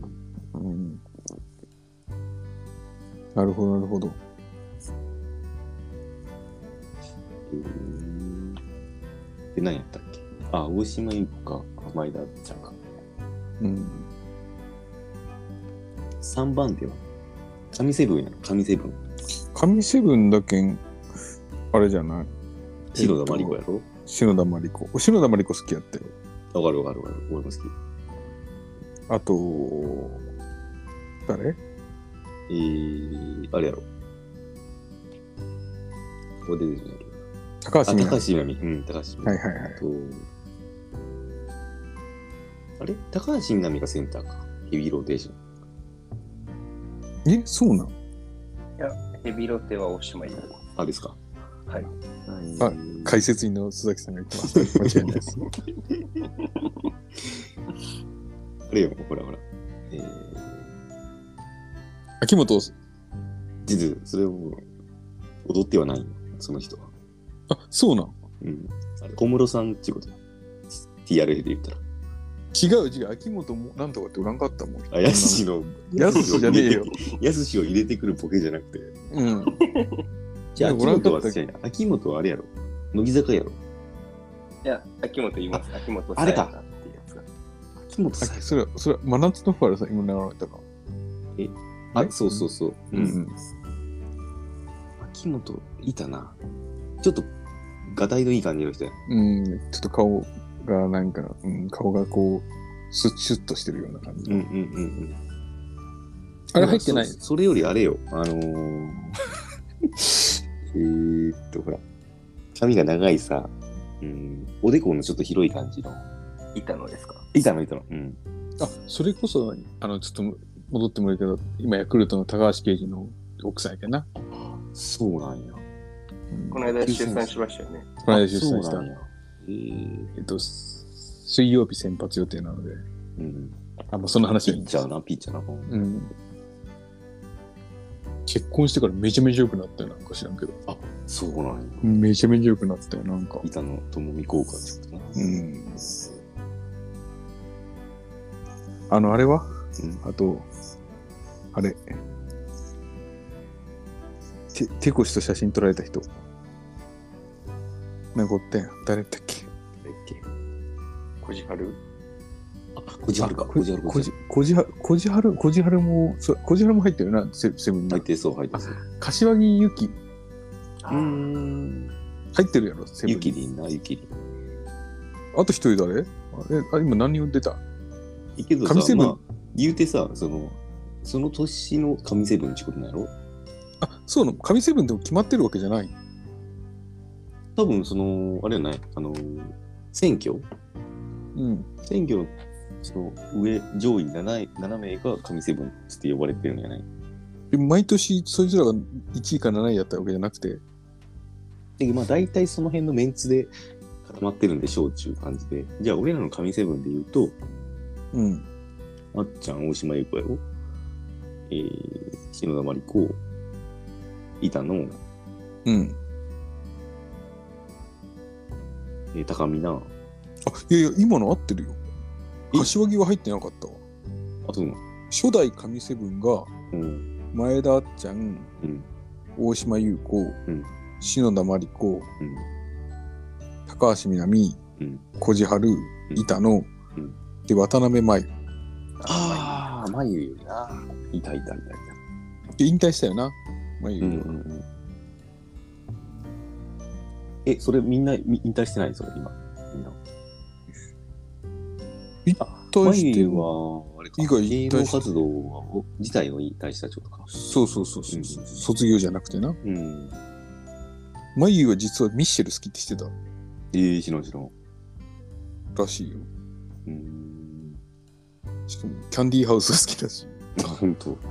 なるほど、なるほど。 で、何やったっけ？大島優子か、前田ちゃんか。 うん。 3番手は神セブンやろ、神セブン。 神セブンだけん、あれじゃない篠田麻里子やろ。 篠田麻里子。篠田麻里子好きやったよ。 わかるわかるわかる。俺も好き。 あと、誰あれやろ。ここで出てるんだけど。 高橋みなみ。 高橋みなみ。うん、高橋みなみ。 はいはいはい。 あれ高橋みなみがセンターか。ヘビーローテーション。 そうなん？ いや、ヘビロテは大島優子。 あ、ですか。 はい。 あ、解説員の須崎さんが言ってます。間違いないです。 あれよ、ほらほら。 秋元。 実は、それを踊ってはないの、その人は。 あ、そうなん？ うん。あれ、小室さんっていうこと。TRA で言ったら。 違う。秋元もなんとかっておらんかったもん。 あ、やすしの。 やすしじゃねえよ。 やすしを入れてくるボケじゃなくて。 うん。 じゃあ、秋元は秋元はあれやろ。乃木坂やろ。 いや、秋元言います。秋元あれか。 っていうやつが。 秋元さん。 それは真夏のファルさん今流れたか。 あ、そうそうそう。 うん。 秋元いたな。ちょっとガタイのいい感じの人や。 ちょっと顔がなんか、顔がこうシュッとしてるような感じ。あれ入ってない。 それよりあれよ。ほら、髪が長いさ、おでこのちょっと広い感じの。 板野ですか？ 板野。 あ、それこそ、ちょっと戻ってもいいけど、今ヤクルトの高橋奎二の奥さんやけどな。 そうなんや。 この間出産しましたよね。 この間出産した。水曜日先発予定なので。その話ピッチャーな。 結婚してからめちゃめちゃ良くなったよなんか知らんけど。 あ、そうなんや。 めちゃめちゃ良くなったよなんか。 板野友美効果ってことな。あれは？あと、あれ。手越と写真撮られた人。なんかおったやん。誰だっけ？ こじはる？ こじはるか。 こじはるも入ってるな、セブンに。 入ってそう。 柏木由紀。入ってるやろ、 セブンに。ゆきりんな、ゆきりん。 あと一人誰？今何人出た？ けどさ、言うてさ、その年の神セブンってことなんやろ？ あ、そうなの？神セブンでも決まってるわけじゃない？ 多分、あれやない、選挙の上位7名が神セブンって呼ばれてるんじゃない？ 毎年そいつらが1位か7位やったわけじゃなくて。 まあ大体その辺のメンツで固まってるんでしょうっていう感じで。じゃあ俺らの神セブンで言うと、あっちゃん、大島優子やろ、篠田麻里子、板野、高見な。 いや今の合ってるよ。柏木は入ってなかったわ。 あ、そうなの？ 初代神セブンが、前田あっちゃん、大島優子、篠田麻里子、高橋みなみ、こじはる、板野、で渡辺真由。 ああ、真由よりな。いた。 で引退したよな、真由。 それみんな引退してないそれ今。みんな。真由はあれか。芸能活動自体を引退したってことか。 そう。卒業じゃなくてな。真由は実はミッシェル好きって知ってた？ 知らん。 らしいよ。しかもキャンディーハウスが好きだし。 あ、ほんと。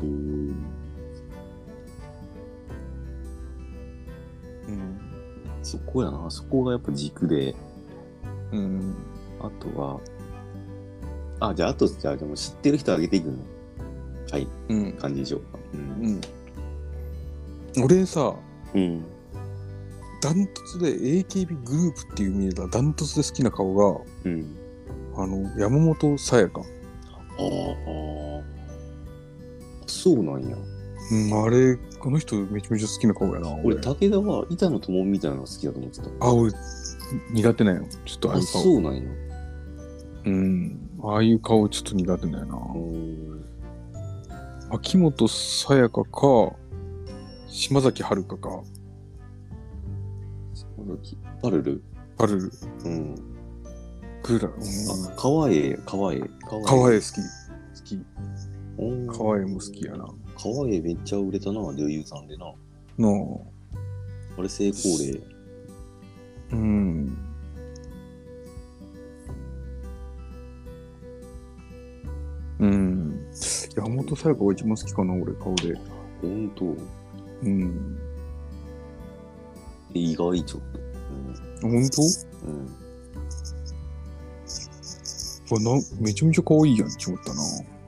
そこやな。そこがやっぱ軸で。あとは、じゃあでも知ってる人挙げていくの。はい。感じでしょうか。 俺さ、ダントツで AKB グループっていう意味ではダントツで好きな顔が、山本さやか。そうなんや。この人めちゃめちゃ好きな顔やな。俺、武田は板野友美みたいなのが好きだと思ってた。俺、苦手なんよ。ちょっとあれ。そうなんや。 ああいう顔ちょっと苦手だよな。秋元さやかか、島崎遥香か。 島崎、パルル。うん。 ぐらい。 あ、川栄好き。 川栄も好きやな。 川栄めっちゃ売れたな、女優さんでな。あれ成功例。 山本さやかが一番好きかな、俺、顔で。 ほんと。意外、ちょっと。 ほんと？めちゃめちゃ可愛いやんって思ったな。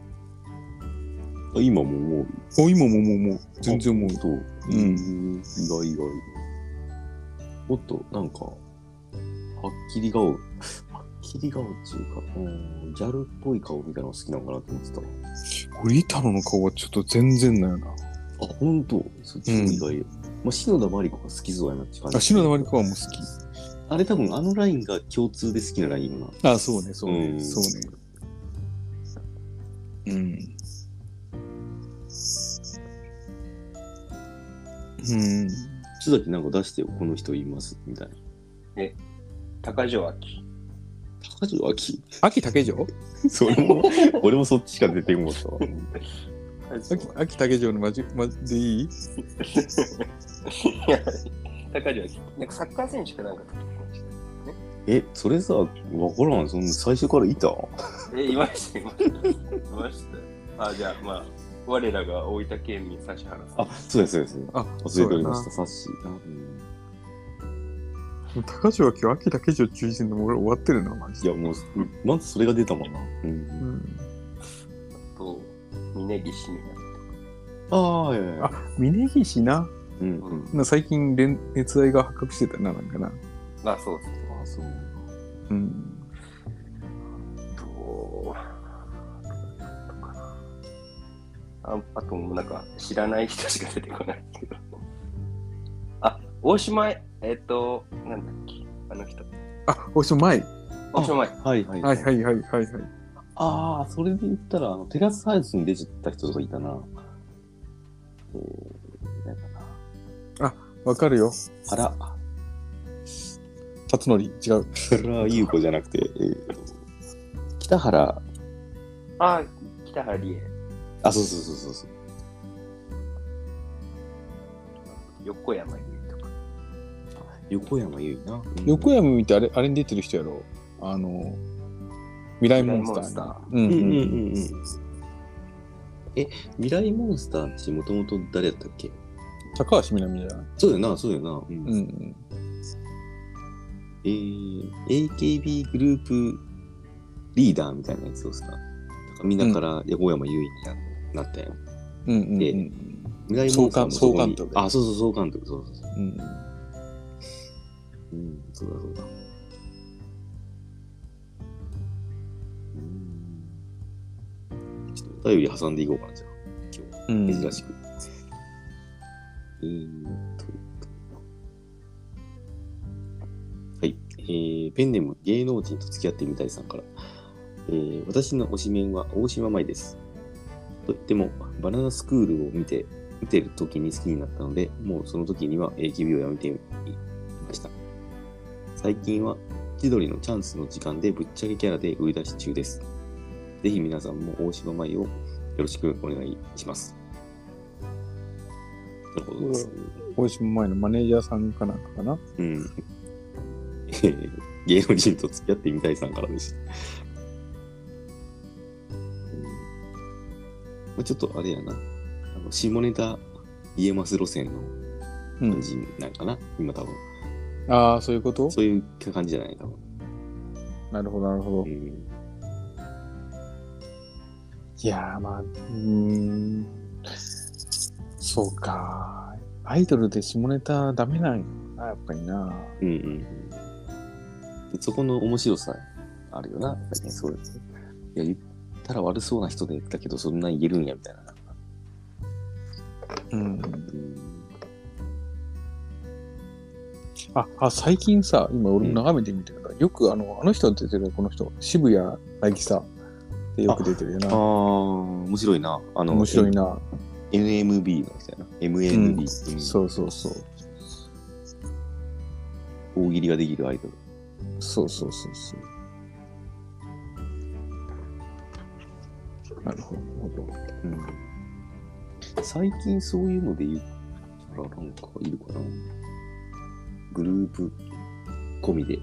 今も思う。 今も思う。全然思う。 意外。もっと、なんか、はっきり顔っていうか、ギャルっぽい顔みたいなの好きなのかなと思ってた。 俺、板野の顔はちょっと全然ないな。 あ、ほんと？そっちも意外。篠田麻里子が好きそうやなって感じ。 篠田麻里子はもう好き。 あれ多分あのラインが共通で好きなラインよな。 そうね。 津崎なんか出してよ、この人いますみたいな。 高城秋。 秋竹城？ それも、俺もそっちしか出てこなかったわ。 秋竹城のマジでいい？ 高城秋。なんかサッカー選手かなんかそれさ、わからん。そんな最初からいた？ いました。じゃあ、まあ、我らが大分県民、指原さん。 そうです。忘れておりました、サッシー。 高城は今日秋竹城中心で俺終わってるな、マジで。 いや、もう、まずそれが出たもんな。 あと、峯岸みな。峯岸な。最近熱愛が発覚してたな、なんかな。 そうですね。 そう。 あともなんか知らない人しか出てこないけど。大島なんだっけ、あの人。 大島舞。 はい。 あそれで言ったら、テラスハウスに出ちゃった人とかいたな。 わかるよ。辰徳、違う。 原優子じゃなくて、北原。 北原理恵。 そう。 横山由依とか。 横山由依な。 横山由依ってあれに出てる人やろ。未来モンスター。 未来モンスターってもともと誰やったっけ？ 高橋みなみじゃない？ そうだよな。AKB グループリーダーみたいなやつをさ、みんなから横山由依になったよ。で、未来モンスターもそこに。総監督。そうだ。ちょっとお便り挟んでいこうかな、じゃあ。今日、珍しく。はい。ペンネーム芸能人と付き合ってみたいさんから。私の推しメンは大島舞です。と言っても、バナナスクールを見てる時に好きになったので、もうその時には AKB をやめていました。最近は千鳥のチャンスの時間でぶっちゃけキャラで売り出し中です。ぜひ皆さんも大島舞をよろしくお願いします。なるほどです。 大島舞のマネージャーさんかなんかかな？ 芸能人と付き合ってみたいさんからでした。ちょっとあれやな。下ネタ言えます路線の感じなんかな、今多分。 そういうこと？ そういう感じじゃない多分。 なるほど。いやー、そうか。アイドルで下ネタダメなんよな、やっぱりな。 そこの面白さあるよな。そうです。いや、言ったら悪そうな人で言ったけど、そんな言えるんやみたいな。 最近さ、今俺も眺めてみてるから、よくあの人出てるこの人、渋谷渚。 でよく出てるよな。 面白いな。 面白いな。 NMB の人やな。MNB、 そうそうそう。 大喜利ができるアイドル。 そう。なるほど。 最近そういうので言ったらなんかいるかな。グループ込みで。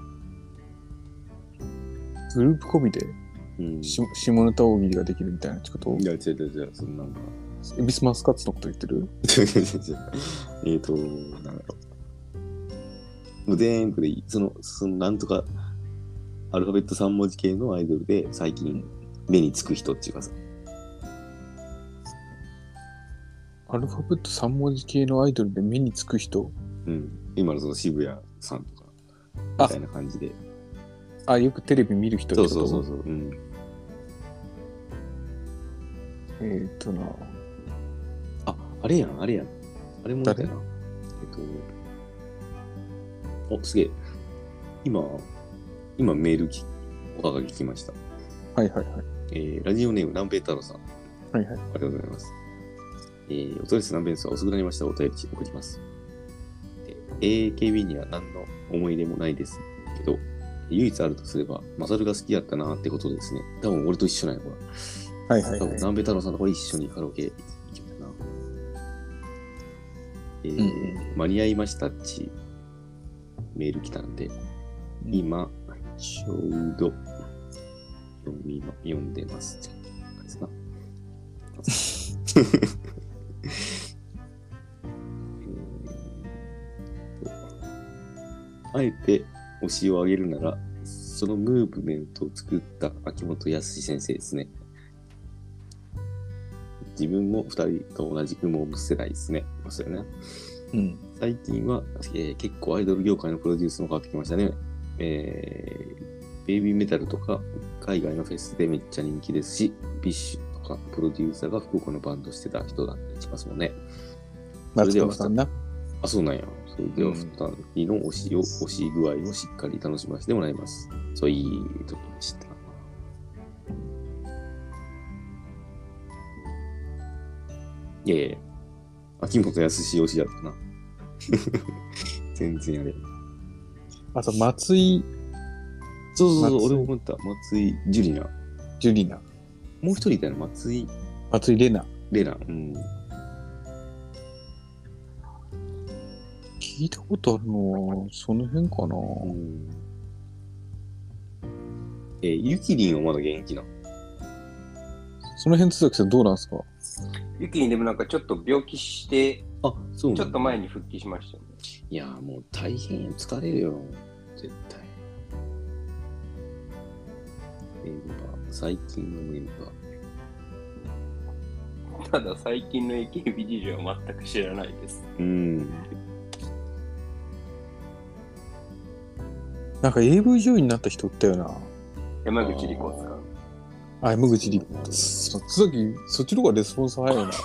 グループ込みで、下ネタ大喜利ができるみたいなってこと？ いや、違う、そんなんか。 エビスマスカッツのこと言ってる？ なんだろう。全部でいい。そのなんとか、アルファベット3文字系のアイドルで最近目につく人っていうかさ。 アルファベット3文字系のアイドルで目につく人？ 今のその渋谷さんとか、みたいな感じで。 よくテレビ見る人ってこと？そう。 あれやん。あれもだよな。すげえ。今メールおはがき来ました。 はい。 ラジオネーム南平太郎さん。 はい。 ありがとうございます。おとりす南平ですが遅くなりました。お便り送ります。AKB には何の思い出もないですけど、唯一あるとすれば、マサルが好きやったなってことですね。多分俺と一緒なんや、これ。多分南平太郎さんとこれ一緒にカラオケ行きたな。間に合いましたっちメール来たんで、今、ちょうど読んでます。あえて推しをあげるなら、そのムーブメントを作った秋元康先生ですね。自分も2人と同じくモームス世代ですね。そうよね。最近は、結構アイドル業界のプロデュースも変わってきましたね。ベイビーメタルとか海外のフェスでめっちゃ人気ですし、ビッシュとかプロデューサーが福岡のバンドしてた人だったりしますもんね。 松本さんな。 そうなんや。それでは2人の推し具合をしっかり楽しませてもらいます。そういいとこでした。いや秋元康推しだったな。全然あれ。 あと松井。 そう、俺も思った。松井ジュリナ。もう一人いたよ、松井レナ。 聞いたことあるのは、その辺かな。 ゆきりんはまだ現役な。 その辺、津崎さんどうなんですか？ ゆきりんでもなんかちょっと病気して、 そうちょっと前に復帰しましたよね。 いやもう大変よ、疲れるよ、絶対。最近のメンバー。ただ最近の AKB 事情は全く知らないです。 なんか AV 女優になった人ってよな。 山口理子さん。 山口理子。津崎、そっちの方がレスポンス早いな。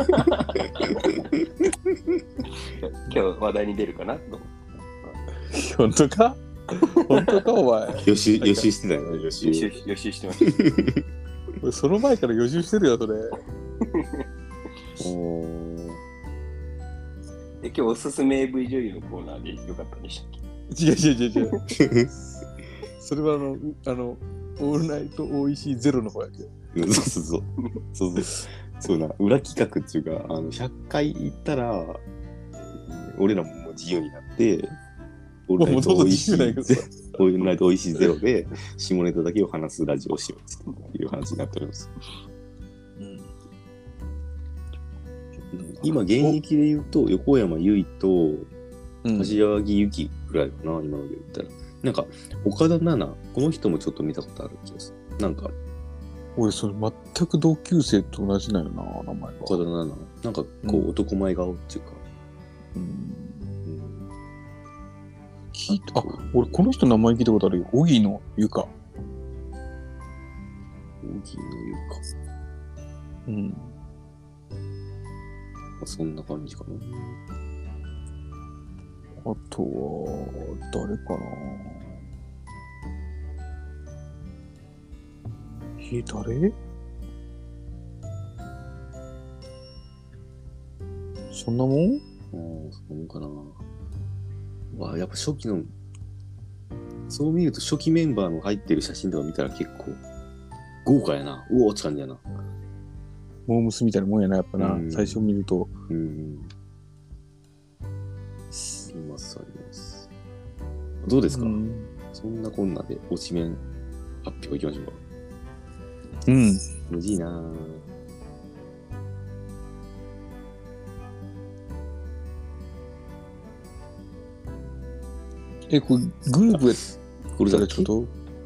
今日話題に出るかなと思って。 本当かお前。 予習してたよね。予習してました。 その前から予習してるよ、それ。 今日おすすめ AV 女優のコーナーでよかったでしたっけ？ 違う。それはオールナイト OEC ゼロの方やけど。 そうな、裏企画っていうか、100回行ったら、俺らももう自由になって、オールナイト OEC ゼロで、下ネタだけを話すラジオをしようっていう話になっております。今、現役で言うと、横山由依と、柏木由紀ぐらいかな、今ので言ったら。なんか、岡田奈々、この人もちょっと見たことある気がする。なんか、 俺、それ全く同級生と同じなんよな、名前が。 岡田奈々。なんか、こう、男前顔っていうか。 聞いた。俺、この人名前聞いたことあるよ。荻野由香。 そんな感じかな。 あとは、誰かな。 誰？そんなもん？ そんなもんかな。わあ、やっぱ初期の、そう見ると初期メンバーの入ってる写真とか見たら結構豪華やな。うおーって感じやな。 モームスみたいなもんやな、やっぱな。最初見ると。 うん。いますあります。どうですか？そんなこんなで推しメン発表いきましょうか。むずいなぁ。 これグループやこれだけど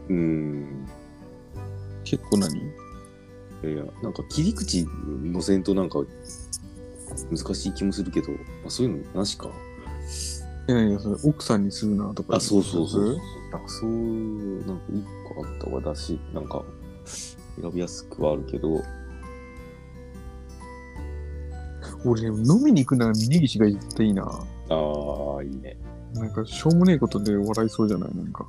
結構何？ いや、なんか切り口のせんとなんか難しい気もするけど、そういうのなしか。 それ奥さんにするなとか。 そう。なんかそう、なんか一個あった方がだし、なんか選びやすくはあるけど。 俺、飲みに行くなら峯岸が絶対いいな。 いいね。 なんかしょうもねえことで笑いそうじゃない？なんか。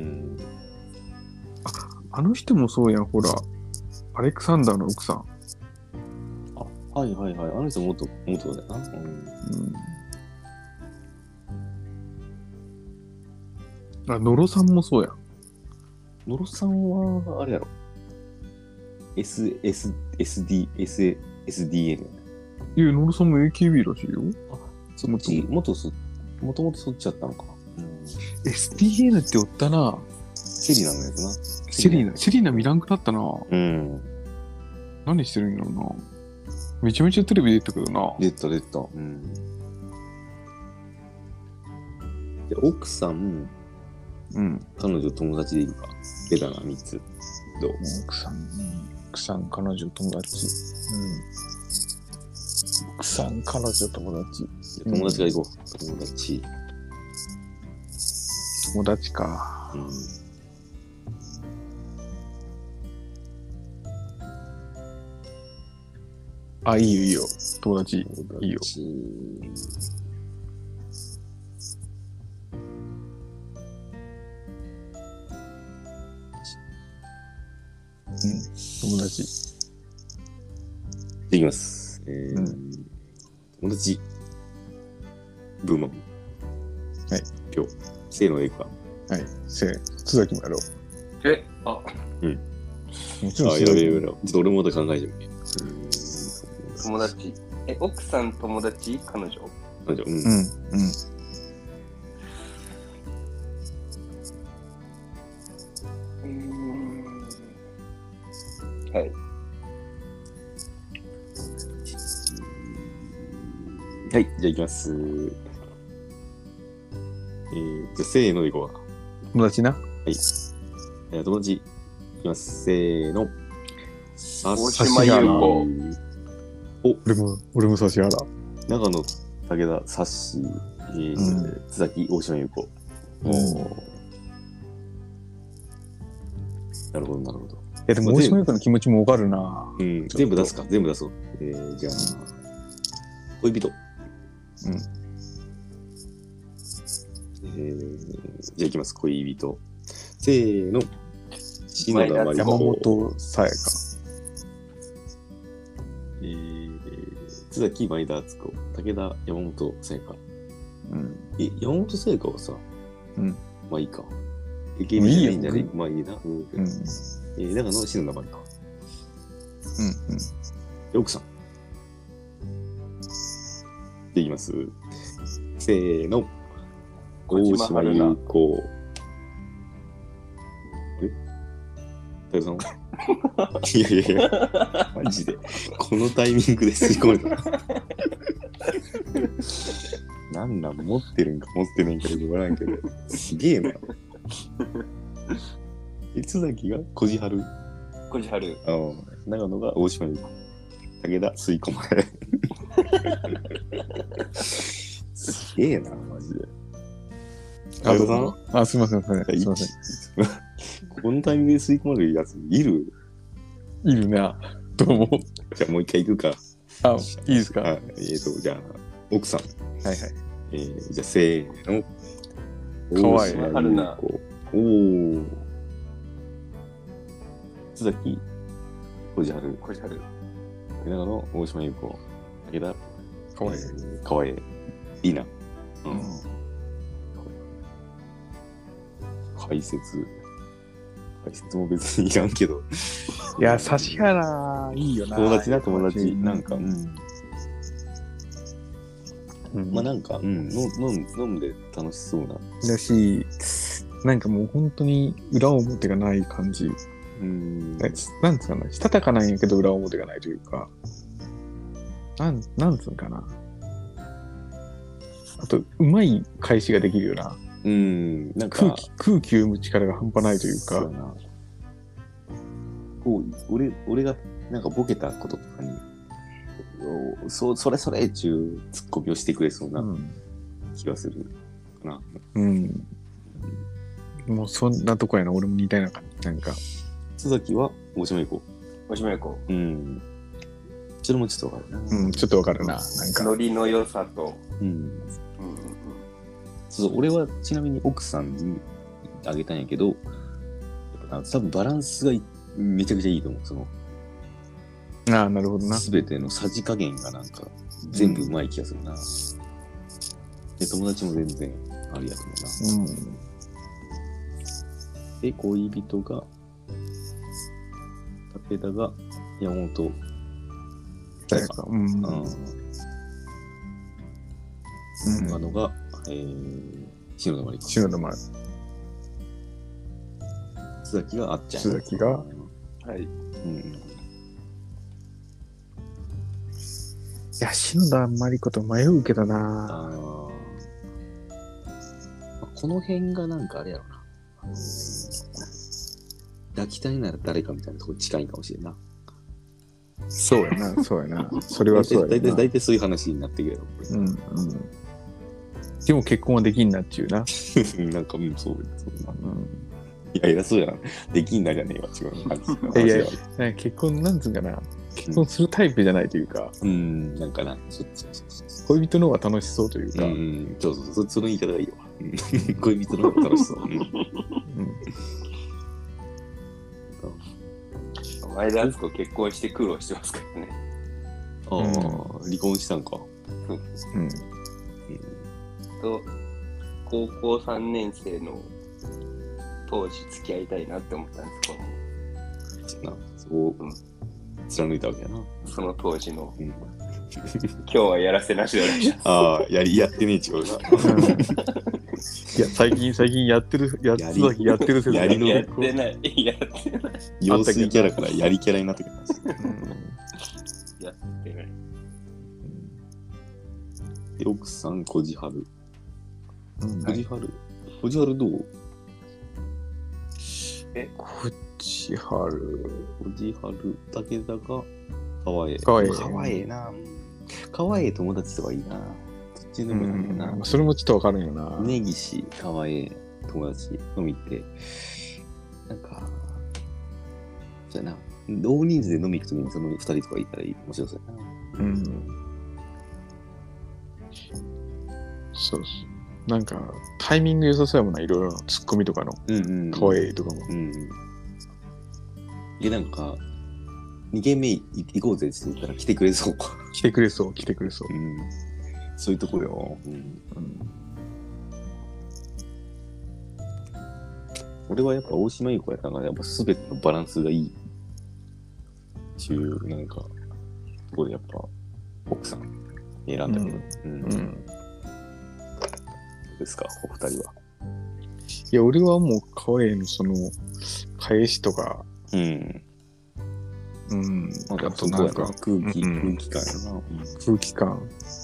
あの人もそうやん、ほら。アレクサンダーの奥さん。 はい。あの人元だよな。 野呂さんもそうやん。 野呂さんは、あれやろ。SDN。 いや、野呂さんも AKB らしいよ。 そっち、もともとそっちやったのか。 SDN っておったな。 セリナのやつな。 セリナ見らんくなったな。何してるんやろな。めちゃめちゃテレビ出たけどな。 出た。で、奥さん、彼女友達でいるか。ベタな3つ。どう？ 奥さん、彼女友達。奥さん、彼女友達。 友達が行こう。 友達か。いいよ。友達。いいよ。友達。 いきます。友達。ブーマン。 はい。 今日、せーのでいくか。 はい。津崎もやろう。 もちろんやろう。ちょっと俺もまた考えてみて。 友達。奥さん、友達、彼女。はい。 はい、じゃあいきます。じゃあせーのでいこうか。 友達な。 はい。友達いきます。せーの。 大島優子。 俺も指原。 長野、武田、サッシー、津崎、大島優子。なるほど。 でも大島優子の気持ちもわかるな。 全部出すか。全部出そう。じゃあ、恋人。じゃあいきます。恋人。せーの。篠田麻里子。 山本さやか。 津崎、前田敦子、武田、山本さやか。山本さやかはさ、まあいいか。AKB じゃないんじゃね？まあいいな。長野、篠田麻里子。奥さん。でいきます。せーの。大島優子。武田さんいや、マジで。このタイミングで吸い込めた。なんなん、持ってるんか持ってないんかよくわからんけど。すげえな。津崎が小路春。長野が大島優子。武田吸い込まれ。すげえな、マジで。武田さん？ すいません。 このタイミングで吸い込まれるやついるな。どうも。 じゃあもう一回行くか。 いいですか？ じゃあ、奥さん。 はい。 じゃあ、せーの。 かわいい。 春菜。 津崎、 こじはる。 こじはる。 竹中の大島優子。武田。 かわいい。 かわいい。いいな。うん。解説も別にいらんけど。 いや、指原いいよな。 友達。なんか、まあなんか、飲んで楽しそうな。 だし、なんかもう本当に裏表がない感じ。なんつうかな、したたかなんやけど裏表がないというか、なんつうかな。あと、うまい返しができるよな。 なんか空気を読む力が半端ないというか。 俺がなんかボケたこととかに、それっちゅうツッコミをしてくれそうな気がするかな。 もうそんなとこやな、俺も似たような感じ。なんか。 須崎は大島優子。 大島優子。 それもちょっとわかるな。 ちょっとわかるな。なんか。 ノリの良さと。 俺はちなみに奥さんにあげたんやけど、多分バランスがめちゃくちゃいいと思う。そのなるほどな。 すべてのさじ加減がなんか全部うまい気がするな。で友達も全然ありやと思うな。で恋人が武田が山本誰か。 長野が篠田麻里子。 篠田麻里子。須崎があっちゃん。 須崎が。 はい。 いや、篠田麻里子と迷うけどな。 この辺がなんかあれやろな。抱きたいなら誰かみたいなところ近いかもしれんな。 そうやな。それはそうやな。 大体そういう話になってくるやろ。 でも結婚はできんなっちゅうな。 なんか、そうな。いや、偉そうやな。できんなじゃねえわ、違う話。 いや、結婚なんつうんかな。結婚するタイプじゃないというか。 なんかな。 恋人の方が楽しそうというか。 その言い方がいいわ。恋人の方が楽しそう。 前田敦子結婚して苦労してますからね。 離婚したんか。 と高校3年生の当時付き合いたいなって思ったんですけど、 そう貫いたわけやな。 その当時の、今日はやらせなしでお願いします。 やってねえ違うな。 いや最近やってる説やってない。用水キャラからやりキャラになってきました。 やってない。 で奥さんこじはる。こじはるどう？ こじはる武田がかわいい。 かわいいな。かわいい友達とかいいな。どっちでもいいな。 それもちょっとわかるんよな。 根岸かわいい友達飲みってなんかそうやな。大人数で飲み行くときにその2人とかいたら面白そうやな。 そうなんかタイミング良さそうやもんな、いろいろツッコミとかのかわいいとかも。 でなんか2軒目行こうぜって言ったら来てくれそう。 来てくれそう。 そういうところよ。俺はやっぱ大島優子やったからやっぱ全てのバランスがいいっていうなんかところでやっぱ奥さん選んだけど。ですかお二人は。 いや俺はもうかわいいのその返しとか。 あとなんか空気感やな。 空気感。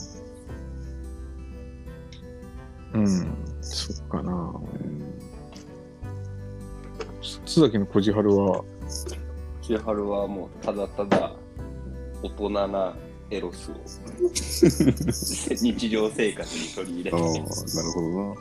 そっかな。須崎のこじはるはもうただただ大人なエロスを日常生活に取り入れて。 なるほどな。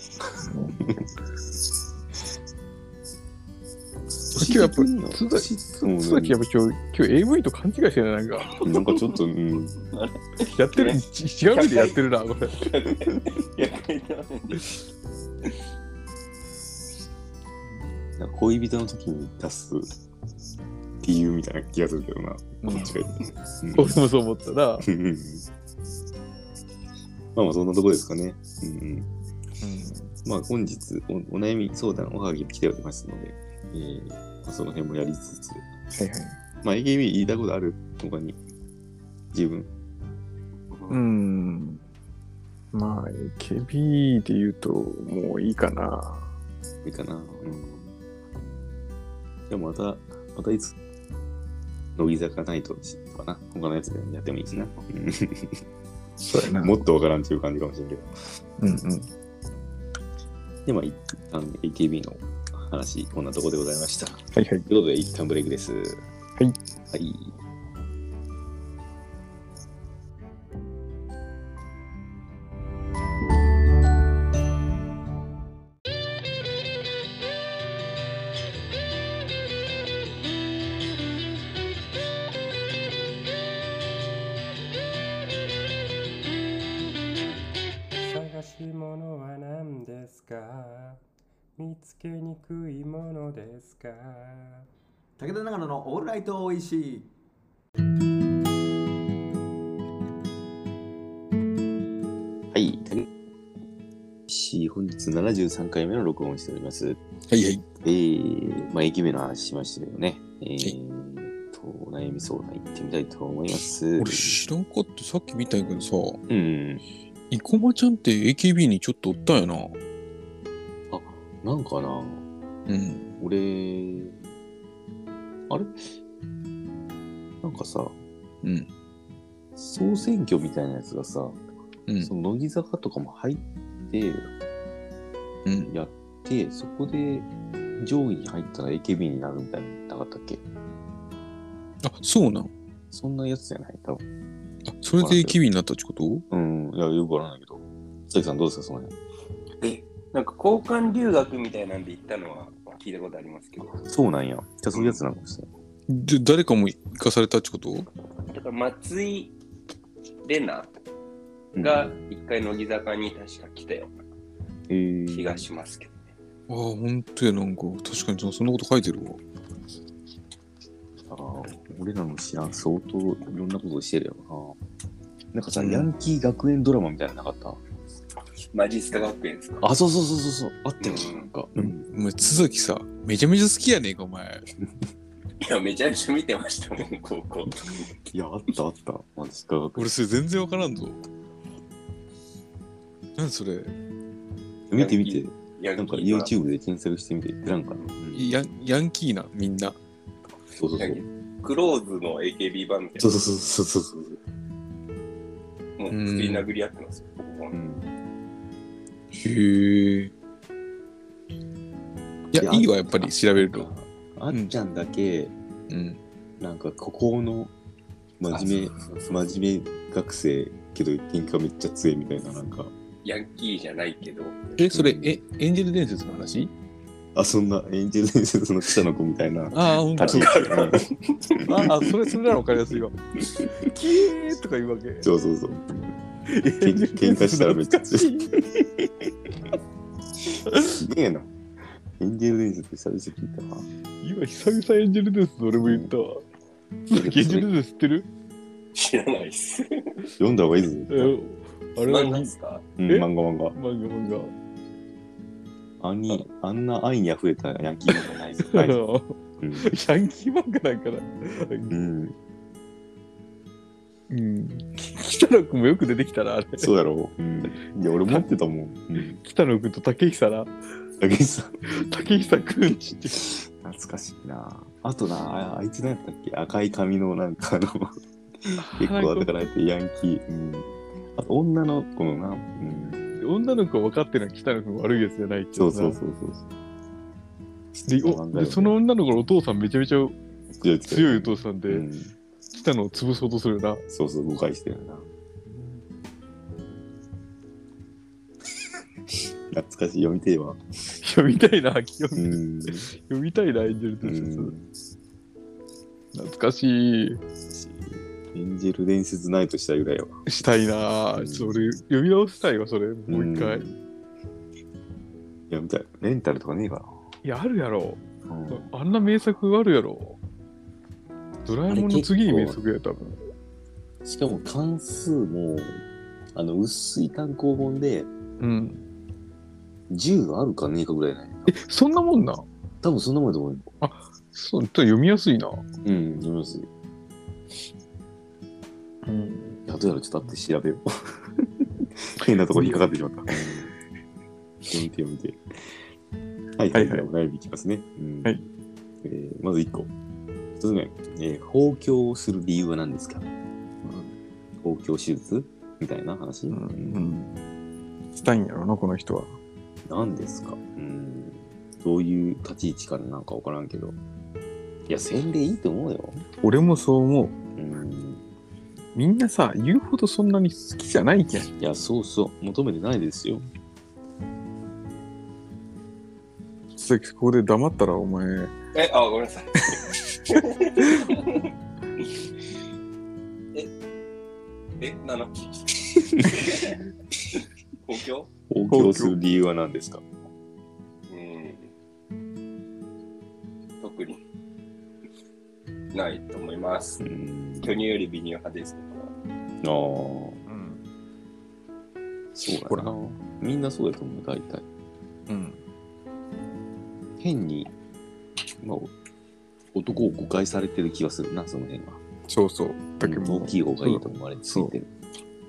今日やっぱ須崎やっぱ今日 AV と勘違いしてるなんかちょっとやってる違う意味でやってるなこれ。 恋人の時に出すっていうみたいな気がするけどな。 うんこっちが言って俺もそう思ったな。 まあまあそんなとこですかね。うんうんうんまあ本日お悩み相談おはぎ来ておりますので、まあ、その辺もやりつつ、 はいはい。 まあ AKB 言いたいことある他に自分。 まあ、AKB で言うと、もういいかな。 いいかな。でもまたいつ、乃木坂ナイトとかな、他のやつでやってもいいしな。 そうやな。 もっとわからんっていう感じかもしれんけど。で、まあ、一旦 AKB の話、こんなとこでございました。 はいはい。 ということで、一旦ブレイクです。はい。はい。 探し物は何ですか？見つけにくいものですか？ 武田長野のオールライトおいしい。 はい。本日73回目の録音をしております。 はいはい。 まあ、AKB の話しましたけどね。お悩み相談行ってみたいと思います。 俺知らんかってさっき見たんやけどさ、 うん。 生駒ちゃんって AKB にちょっとおったんやな。 あ、なんかな。 うん。 俺、あれなんかさ、 うん。 総選挙みたいなやつがさ、 うん。 その乃木坂とかも入って、 うん。 やって、そこで上位に入ったら AKB になるみたいなのなかったっけ？ あ、そうなん。 そんなやつじゃない多分。 あ、それで AKB になったってこと？ うん。いや、よくわからないけど。佐々木さんどうですか、その辺。 なんか交換留学みたいなんで行ったのは聞いたことありますけど。 そうなんや。じゃあそういうやつなのかもしれない。 で、誰かも生かされたってこと？ だから松井玲奈が一回乃木坂に確か来たような気がしますけどね。 ああ、ほんとや、なんか、確かにそんなこと書いてるわ。 ああ、俺らの知らん、相当いろんなことしてるよな。なんかさ、ヤンキー学園ドラマみたいなのなかった？ マジスタ学園ですか？ あ、そう。あったよ、なんか。 お前、津崎さ、めちゃめちゃ好きやねんか、お前。 いや、めちゃめちゃ見てましたもん、高校。 いや、あった。マジスタ学園。 俺、それ全然わからんぞ。何それ？ 見て。なんか YouTube で検索してみて、知らんかな。 ヤンキーな、みんな。 そう。 クローズの AKB 版みたいな。 そう。 もう普通に殴り合ってますよ、 へえ。いや、いいわ、やっぱり調べると。 あっちゃんだけ、なんかここの真面目学生けど喧嘩めっちゃ強いみたいな、なんか。 ヤンキーじゃないけど。 それ、エンジェル伝説の話？ あ、そんなエンジェル伝説の記者の子みたいな。 ああ、ほんと。それならわかりやすいわ。キーとか言うわけ。 そう。喧嘩したらめっちゃ強い。すげえな。エンジェル伝説久々聞いたな。 今久々エンジェル伝説俺も言ったわ。エンジェル伝説知ってる？ 知らないっす。 読んだ方がいいぞ。 あれは何ですか？ 漫画。あんな愛に溢れたヤンキー漫画ないぞ。ヤンキー漫画なんかな。北野くんもよく出てきたな、あれ。 そうやろ。いや、俺持ってたもん。 北野くんと竹久な。竹久くんちって。 懐かしいな。あとな、あいつ何やったっけ？赤い髪のなんか結構後から入ってヤンキー。あと女の子のな。 女の子は分かってるのは北野くん悪いやつじゃないっていう。 そう。 で、その女の子のお父さんめちゃめちゃ強いお父さんで、北野を潰そうとするな。 そう、誤解してるな。懐かしい、読みてえわ。 読みたいな、読みたいな、エンジェル伝説。懐かしい。 エンジェル伝説ナイトしたいぐらいは。 したいなぁ。ちょっと俺、読み直したいわ、それ。もう一回。 読みたい。レンタルとかねえかな。 いや、あるやろ。あんな名作あるやろ。 ドラえもんの次に名作や、多分。 しかも関数も、薄い単行本で、 うん。 10あるかねえかぐらいね。 そんなもんな。 多分そんなもんだと思うよ。 そう、読みやすいな。 うん、読みやすい。 うん。 いや、どうやらちょっと後で調べよう。変なとこ引っかかってしまった。読みて。はいはいはい。お悩みいきますね。 はい。 まず1個。1つ目。放狂する理由は何ですか？放狂手術みたいな話？ したいんやろな、この人は。 何ですか？どういう立ち位置からなんか分からんけど。いや、せんでいいと思うよ。 俺もそう思う。みんなさ、言うほどそんなに好きじゃないけん。 いや、そうそう。求めてないですよ。 ここで黙ったらお前。 ごめんなさい。何の放狂する理由は何ですか？ 特にないと思います。巨乳より微乳派ですけど。 そうだな。みんなそうだと思う、大体。変に、男を誤解されてる気がするな、その辺は。 そうそう。 だけど大きい方がいいと思われついてる。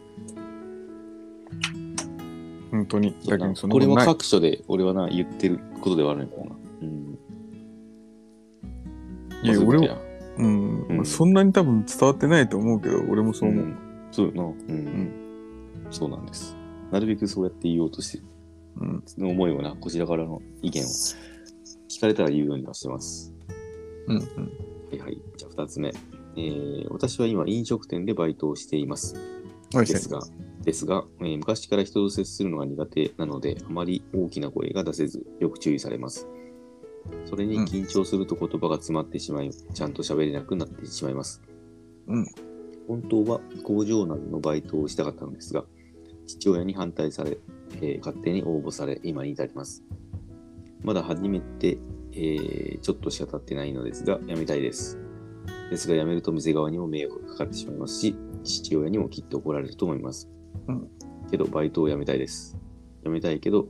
本当に。 だけどこれは各所で俺は言ってることではあるのかな。 いや、俺は、そんなに多分伝わってないと思うけど、俺もそう思う。 そうよな。そうなんです。なるべくそうやって言おうとして、その思いをこちらからの意見を聞かれたら言うようにはしてます。はいはい。じゃあ2つ目。私は今飲食店でバイトをしています。ですが、昔から人と接するのが苦手なので、あまり大きな声が出せず、よく注意されます。それに緊張すると言葉が詰まってしまい、ちゃんと喋れなくなってしまいます。本当は工場などのバイトをしたかったのですが、父親に反対され、勝手に応募され、今に至ります。まだ初めて、ちょっとしか経ってないのですが、辞めたいです。ですが、辞めると店側にも迷惑がかかってしまいますし、父親にもきっと怒られると思います。けど、バイトを辞めたいです。辞めたいけど、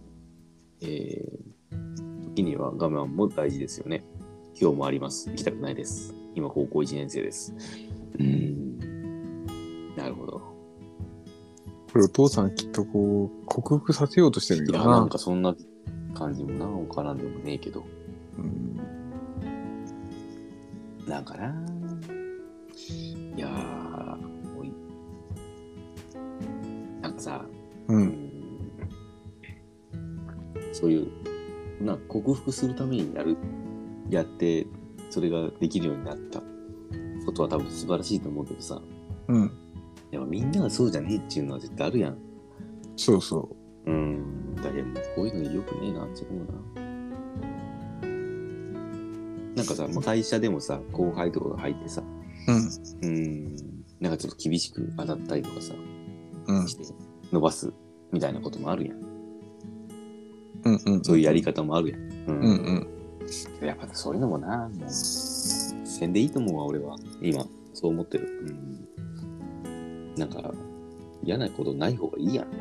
時には我慢も大事ですよね。今日もあります。行きたくないです。今、高校1年生です。なるほど。 これお父さんきっとこう、克服させようとしてるよな。 いや、なんかそんな感じもわからんでもねえけど。なんかな。いやー、なんかさ、そういう、克服するためにやって、それができるようになったことは多分素晴らしいと思うけどさ。でもみんながそうじゃねえっていうのは絶対あるやん。 そうそう。 だけどこういうのよくねえなって思うな。なんかさ、会社でもさ、後輩とかが入ってさ、なんかちょっと厳しく当たったりとかさ、して伸ばすみたいなこともあるやん。そういうやり方もあるやん。やっぱそういうのももう、せんでいいと思うわ、俺は。今、そう思ってる。なんか、嫌なことない方がいいやん。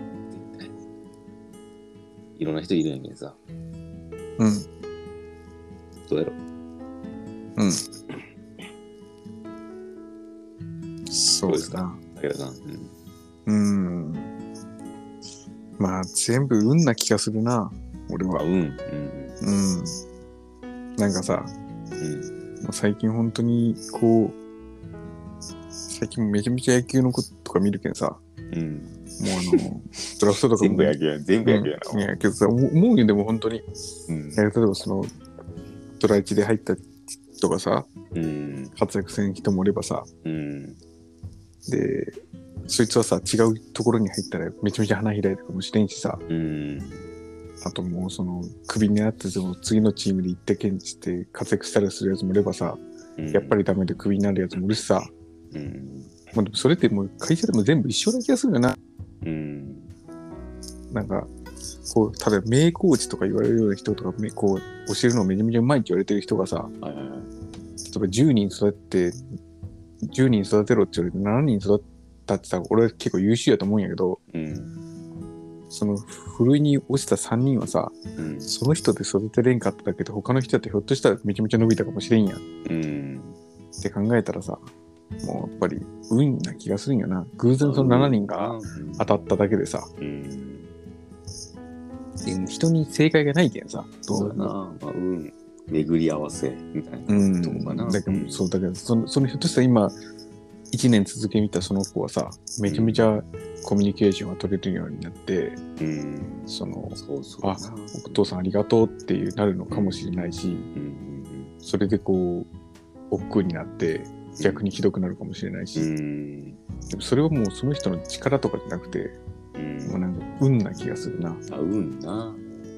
いろんな人いるんやけどさ。どうやろそうですか。 だけどな。 まあ、全部運な気がするな、俺は。なんかさ、最近本当にこう、最近めちゃめちゃ野球のこととか見るけんさ、もうドラフトとかも全部野球やな。 いや、けどさ、思うよ、でも本当に。例えばその、ドラ1で入ったとかさ、活躍せん人もおればさ、で、そいつはさ、違うところに入ったらめちゃめちゃ花開いたかもしれんしさ、あともうその、クビになっても次のチームで行ってけんして活躍したりするやつもいればさ、やっぱりダメでクビになるやつもいるしさ、でもそれってもう会社でも全部一緒な気がするよな。なんか、こう、例えば名コーチとか言われるような人とか、こう、教えるのめちゃめちゃうまいって言われてる人がさ、例えば10人育って 10人育てろって言われて7人育ったってさ、俺は結構優秀やと思うんやけど、そのふるいに落ちた3人はさ、その人で育てれんかっただけで他の人だってひょっとしたらめちゃめちゃ伸びたかもしれんやん、って考えたらさ、もうやっぱり運な気がするんやな。偶然その7人が当たっただけでさ、で人に正解がないけんさ、 そうだな、まあ、巡り合わせみたいなとこかな。 だけど、そうだけど、そのひょっとしたら今1年続け見たその子はさ、めちゃめちゃコミュニケーションが取れるようになって、そうお父さんありがとうっていうなるのかもしれないし、それでこう億劫になって逆にひどくなるかもしれないし、でもそれはもうその人の力とかじゃなくて、もうなんか運な気がするな。 運な。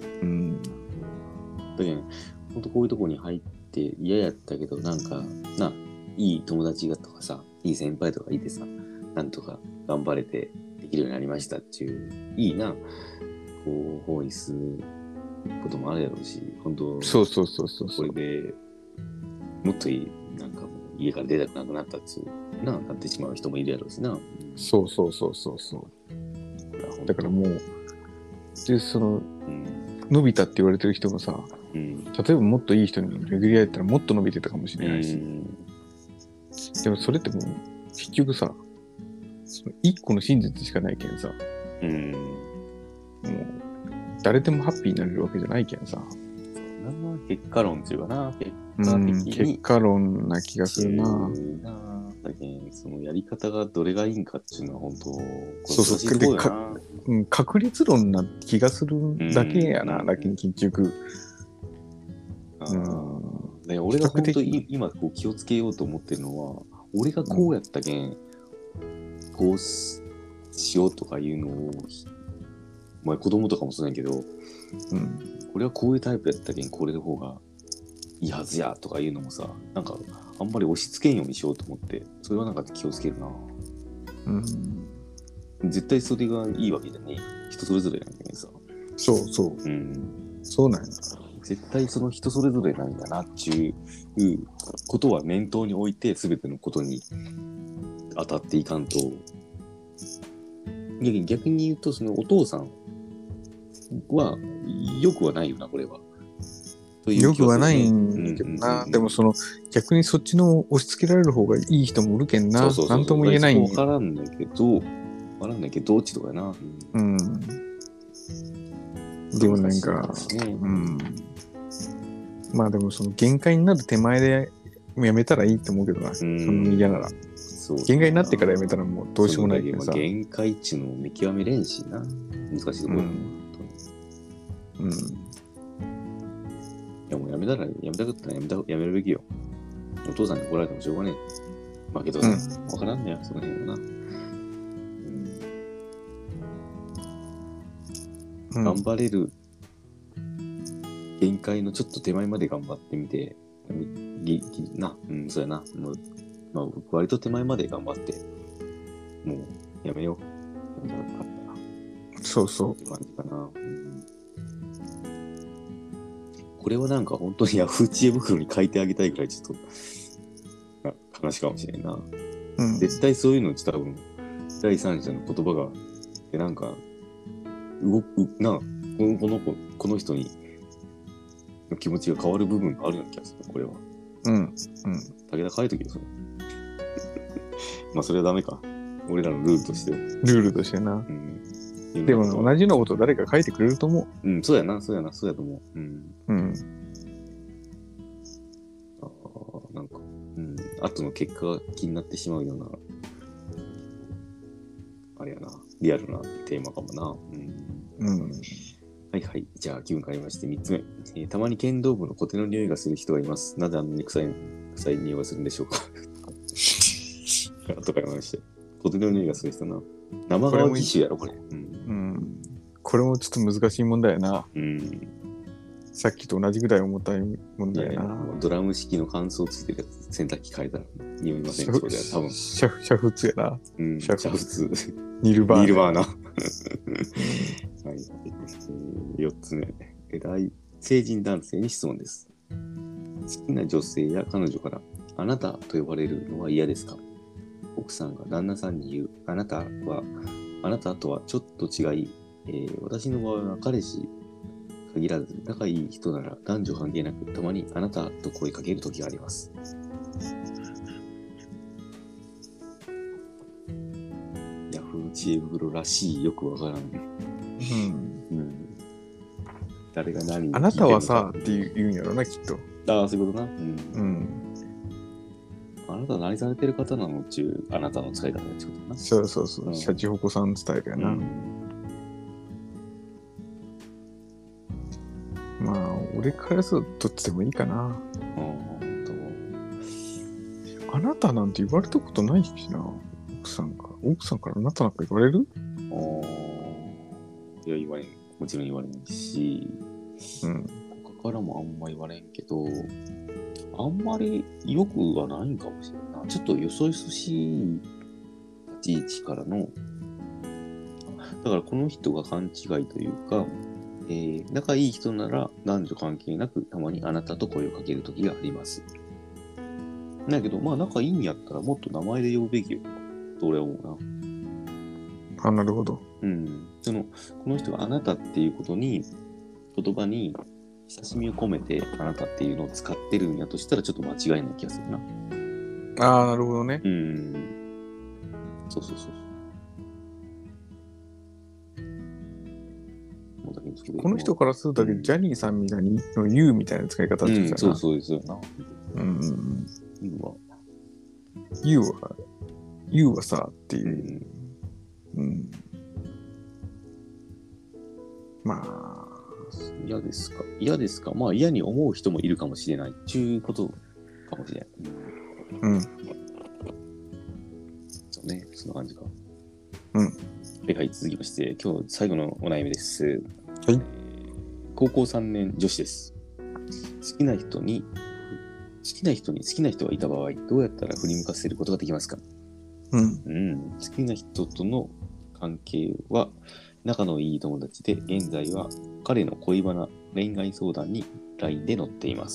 だけど、ほんとこういうとこに入って嫌やったけど、なんかいい友達がとかさ、いい先輩とかいてさ、なんとか頑張れてできるようになりましたっていう、いいな、こう、方に進むこともあるやろうし、本当そう。 これでもっといい、なんかもう家から出たくなくなったっていうなってしまう人もいるやろうしな。 そう。だからもう、で、その、伸びたって言われてる人もさ、例えばもっといい人に巡り合えたらもっと伸びてたかもしれないし、でもそれってもう結局さ、その一個の真実しかないけんさ、もう誰でもハッピーになれるわけじゃないけんさ。 結果論っていうかな、 結果論な気がするな。 だけどそのやり方がどれがいいんかっていうのは本当そうで確率論な気がするだけやな、だけに結局。 俺が本当に今こう気をつけようと思ってるのは、俺がこうやったけん、こうしようとかいうのを、まあ子供とかもそうなんやけど、俺はこういうタイプやったけん、これの方がいいはずやとかいうのもさ、なんかあんまり押し付けんようにしようと思って、それはなんか気をつけるな。絶対それがいいわけじゃねえ。人それぞれなんだけどさ。 そう。そうなんや。 絶対その人それぞれなんだなっていうことは念頭に置いて全てのことに当たっていかんと、逆に言うとそのお父さんは良くはないよな、これは。 良くはないんだけどな。でもその逆にそっちの押し付けられる方がいい人もおるけんな。なんとも言えない。 わからんないけどっちとかやな。 でもなんか、まあでもその限界になる手前でやめたらいいと思うけどな。その嫌なら。限界になってからやめたらもうどうしようもないけどさ。 限界値の見極めれんしな。難しいところ。いやもうやめたかったらやめるべきよ。お父さんに怒られてもしょうがねえ。まあけど、わからんねや、その辺はな。頑張れる限界のちょっと手前まで頑張ってみて、そうやな。まあ、僕割と手前まで頑張って、もうやめよう。やめたかったな。 そう。 って感じかな。これはなんか本当にヤフー知恵袋に書いてあげたいくらいちょっと話かもしれんな。絶対そういうの多分第三者の言葉がでなんか動くな、この人にの気持ちが変わる部分があるような気がする。これは。武田書いときよそれ。まあそれはダメか。俺らのルールとして。 ルールとしてな。でも同じようなことを誰か書いてくれると思う。そうやと思う。なんか、後の結果が気になってしまうような、あれやな、リアルなテーマかもな。はい。じゃあ気分変わりまして3つ目。たまに剣道部のコテの匂いがする人がいます。なぜあんなに臭い匂いがするんでしょうか。とか言いまして。コテの匂いがする人な。生川機種やろ、これ。 これもちょっと難しい問題やな。さっきと同じぐらい重たい問題やな。 ドラム式の乾燥ついてるやつ、洗濯機変えたら匂いません。それは多分。 煮沸やな。 煮沸。 ニルバーナ。 はい。4つ目。成人男性に質問です。好きな女性や彼女からあなたと呼ばれるのは嫌ですか？ 奥さんが旦那さんに言う。あなたとはちょっと違い、私の場合は彼氏限らず、仲いい人なら男女関係なく、たまにあなたと声かける時があります。ヤフー知恵袋らしい、よくわからん。誰が何にあなたはさって言うんやろな、きっと。 ああ、そういうことな。あなたは何されてる方なのっていう、あなたの使い方ってことな。 そう。シャチホコさんスタイルやな。まあ、俺からするとどっちでもいいかな。あなたなんて言われたことないしな、奥さんからあなたなんか言われる？ いや、言われん。もちろん言われんし、他からもあんま言われんけど、あんまり良くはないんかもしれんな。ちょっとよそよそしい立ち位置からの、だからこの人が勘違いというか、仲いい人なら男女関係なくたまにあなたと声をかける時があります。だけど、まあ仲いいんやったらもっと名前で呼ぶべきよと俺は思うな。 なるほど。 この人があなたっていうことに、言葉に親しみを込めてあなたっていうのを使ってるんやとしたらちょっと間違いない気がするな。 なるほどね。 そう。 この人からするとジャニーさんみたいにの言うみたいな使い方してたな。 そうですよな。 言うはさっていう。まあ嫌ですか。まあ嫌に思う人もいるかもしれないっていうことかもしれない。そうね、そんな感じか。はい、続きまして、今日最後のお悩みです。 はい。 高校3年女子です。好きな人に好きな人がいた場合、どうやったら振り向かせることができますか？好きな人との関係は仲のいい友達で、現在は彼の恋愛相談に LINE で載っています。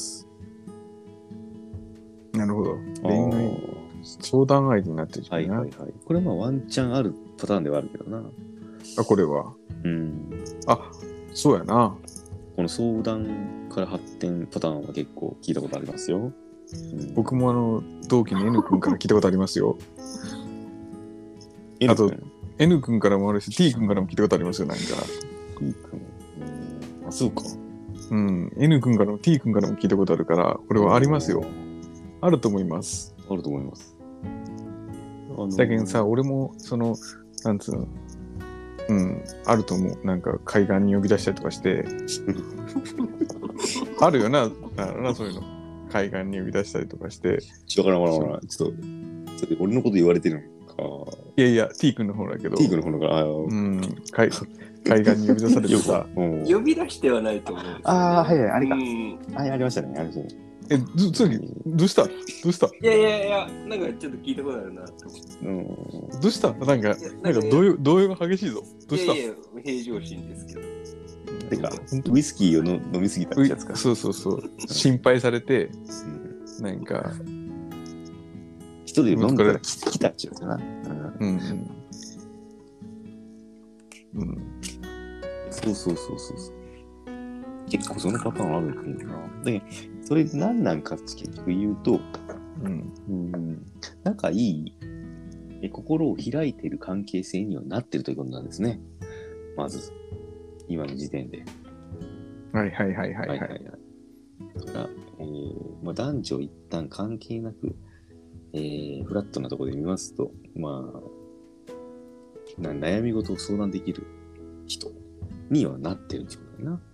なるほど。恋愛相談相手になってるじゃんな。 これはまあワンチャンあるパターンではあるけどな。 これは。そうやな。 この相談から発展パターンは結構聞いたことありますよ。 僕も同期の N 君から聞いたことありますよ。あと N 君からもあるし T 君からも聞いたことありますよ。なんか T 君、そうか。 N 君からも T 君からも聞いたことあるから、これはありますよ。あると思います。だけどさ、俺もなんつうの、あると思う。なんか海岸に呼び出したりとかしてあるよな、そういうの。海岸に呼び出したりとかして。 わからん。ちょっと俺のこと言われてるのか。 いや T 君の方だけど。 T 君の方が海岸に呼び出されてさ呼び出してはないと思うんですよ、ね。 あれか。ありましたね。 次どうしたいやなんかちょっと聞いたことあるな。 どうしたなんか動揺が激しいぞ。どうした？ いや平常心ですけど。 てかウイスキーを飲みすぎたってやつか。 そう心配されて、なんか一人で飲んだら来たっちゅうかな。そう。結構そのパターンあるんだよな。で、それ何なんかって結局言うと、仲いい、心を開いている関係性にはなってるということなんですね。まず、今の時点で。 はい。 だから、男女一旦関係なく、フラットなところで見ますと、悩み事を相談できる人にはなってるってことだな。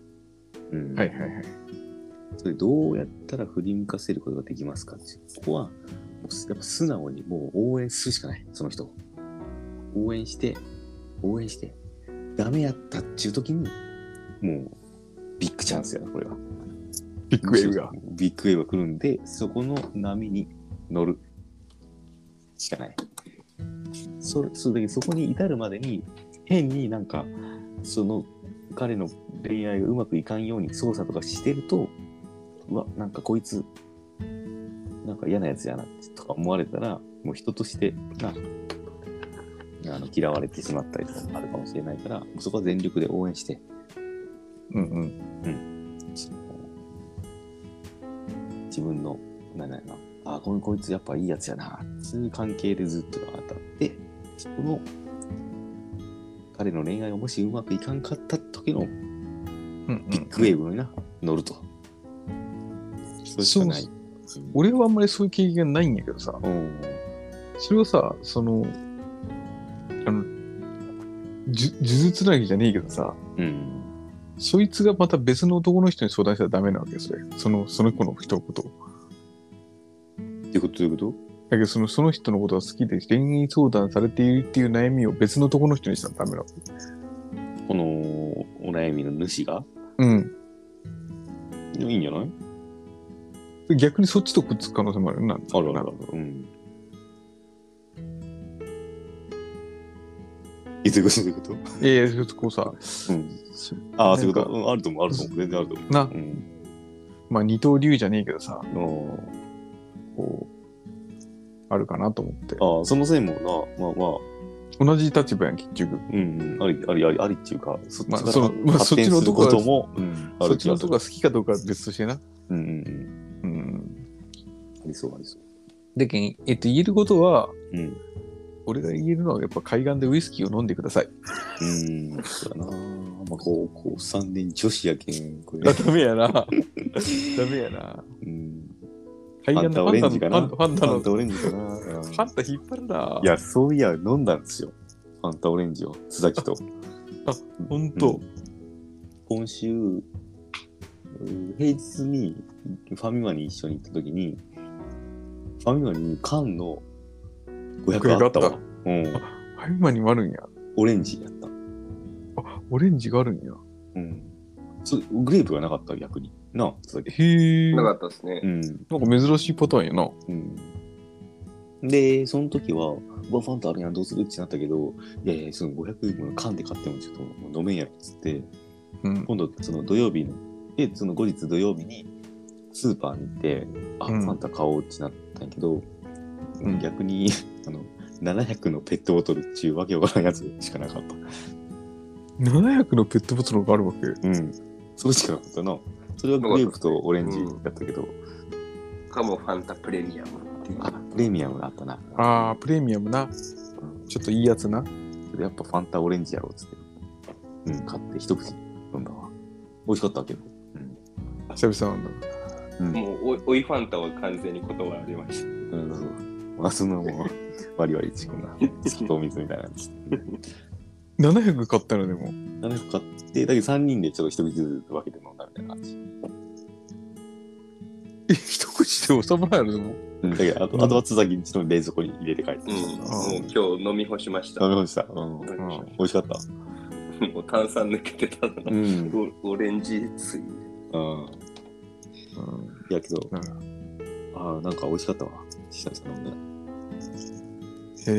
それどうやったら振り向かせることができますかって。ここはもうやっぱ素直にもう応援するしかない。その人を応援してダメやったっていう時にもうビッグチャンスやな。これはビッグウェーブが来るんで、そこの波に乗るしかない。そこに至るまでに変になんか彼の恋愛がうまくいかんように操作とかしてると、なんかこいつなんか嫌なやつやなとか思われたら、もう人として嫌われてしまったりとかもあるかもしれないから、もうそこは全力で応援して、自分のこいつやっぱいいやつやな、そういう関係でずっと当たって、そこの彼の恋愛がもしうまくいかんかった時のビッグウェーブに乗ると。それしかない。 俺はあんまりそういう経験ないんやけどさ、それをさ、呪術つなぎじゃねえけどさ、そいつがまた別の男の人に相談したらダメなわけですよ。その子の一言。 どういうことだけどその人のことが好きで恋愛相談されているっていう悩みを別の男の人にしたらダメなわけ。 このお悩みの主がいいんじゃない？ 逆にそっちとくっつく可能性もあるな。 ある。いついうこと？ こうさ、 そういうこと？あると思う。全然あると思う。 まあ二刀流じゃねえけどさ、こうあるかなと思って。 その線も同じ立場やん結局。 ありっていうか、そっちからそっちの男がもそっちの男が好きかどうかは別としてな。ありそう。 で言えることは、俺が言えるのはやっぱ海岸でウイスキーを飲んでください。 そうだな。高校3年女子やけん。これダメやな。 ファンタオレンジかな。 ファンタオレンジかな。 ファンタ引っ張るな。 いや、そういや、飲んだんですよ。ファンタオレンジを、津崎と。 ほんと。 今週、平日にファミマに一緒に行った時に、ファミマに缶の500あったわ。 ファミマにもあるんや。 オレンジやった。 オレンジがあるんや。 グレープがなかった逆に。なかったですね。 なんか珍しいパターンやな。 で、その時は、ファンタあるやん、どうするってなったけど、いや、その500円の缶で買ってもちょっともう飲めんやろっつって、今度、その土曜日その後日土曜日にスーパーに行って、ファンタ買おうってなったんやけど、逆に、700のペットボトルっていうわけわからんやつしかなかった。 700のペットボトルがあるわけ？ それしかなかったな。それはグレープとオレンジだったけど。 かもファンタプレミアム。 プレミアムがあったな。 プレミアムな。ちょっといいやつな。 やっぱファンタオレンジやろうっつって。買って一口飲んだわ。美味しかったけど。 久々なんだ。もうおいファンタは完全に断られました。 そのもう割りチコな砂糖水みたいなやつ。 700買ったのでも。 700買って、だけど3人でちょっと一口ずつ分けて飲んだみたいな感じ。 一口で収まらないのでも。 だけど、あとは津崎んちの冷蔵庫に入れて帰って。 もう今日飲み干しました。 飲み干した。美味しかった。 もう炭酸抜けてたの。オレンジ水。 いやけど、なんか美味しかったわ。久々飲んで。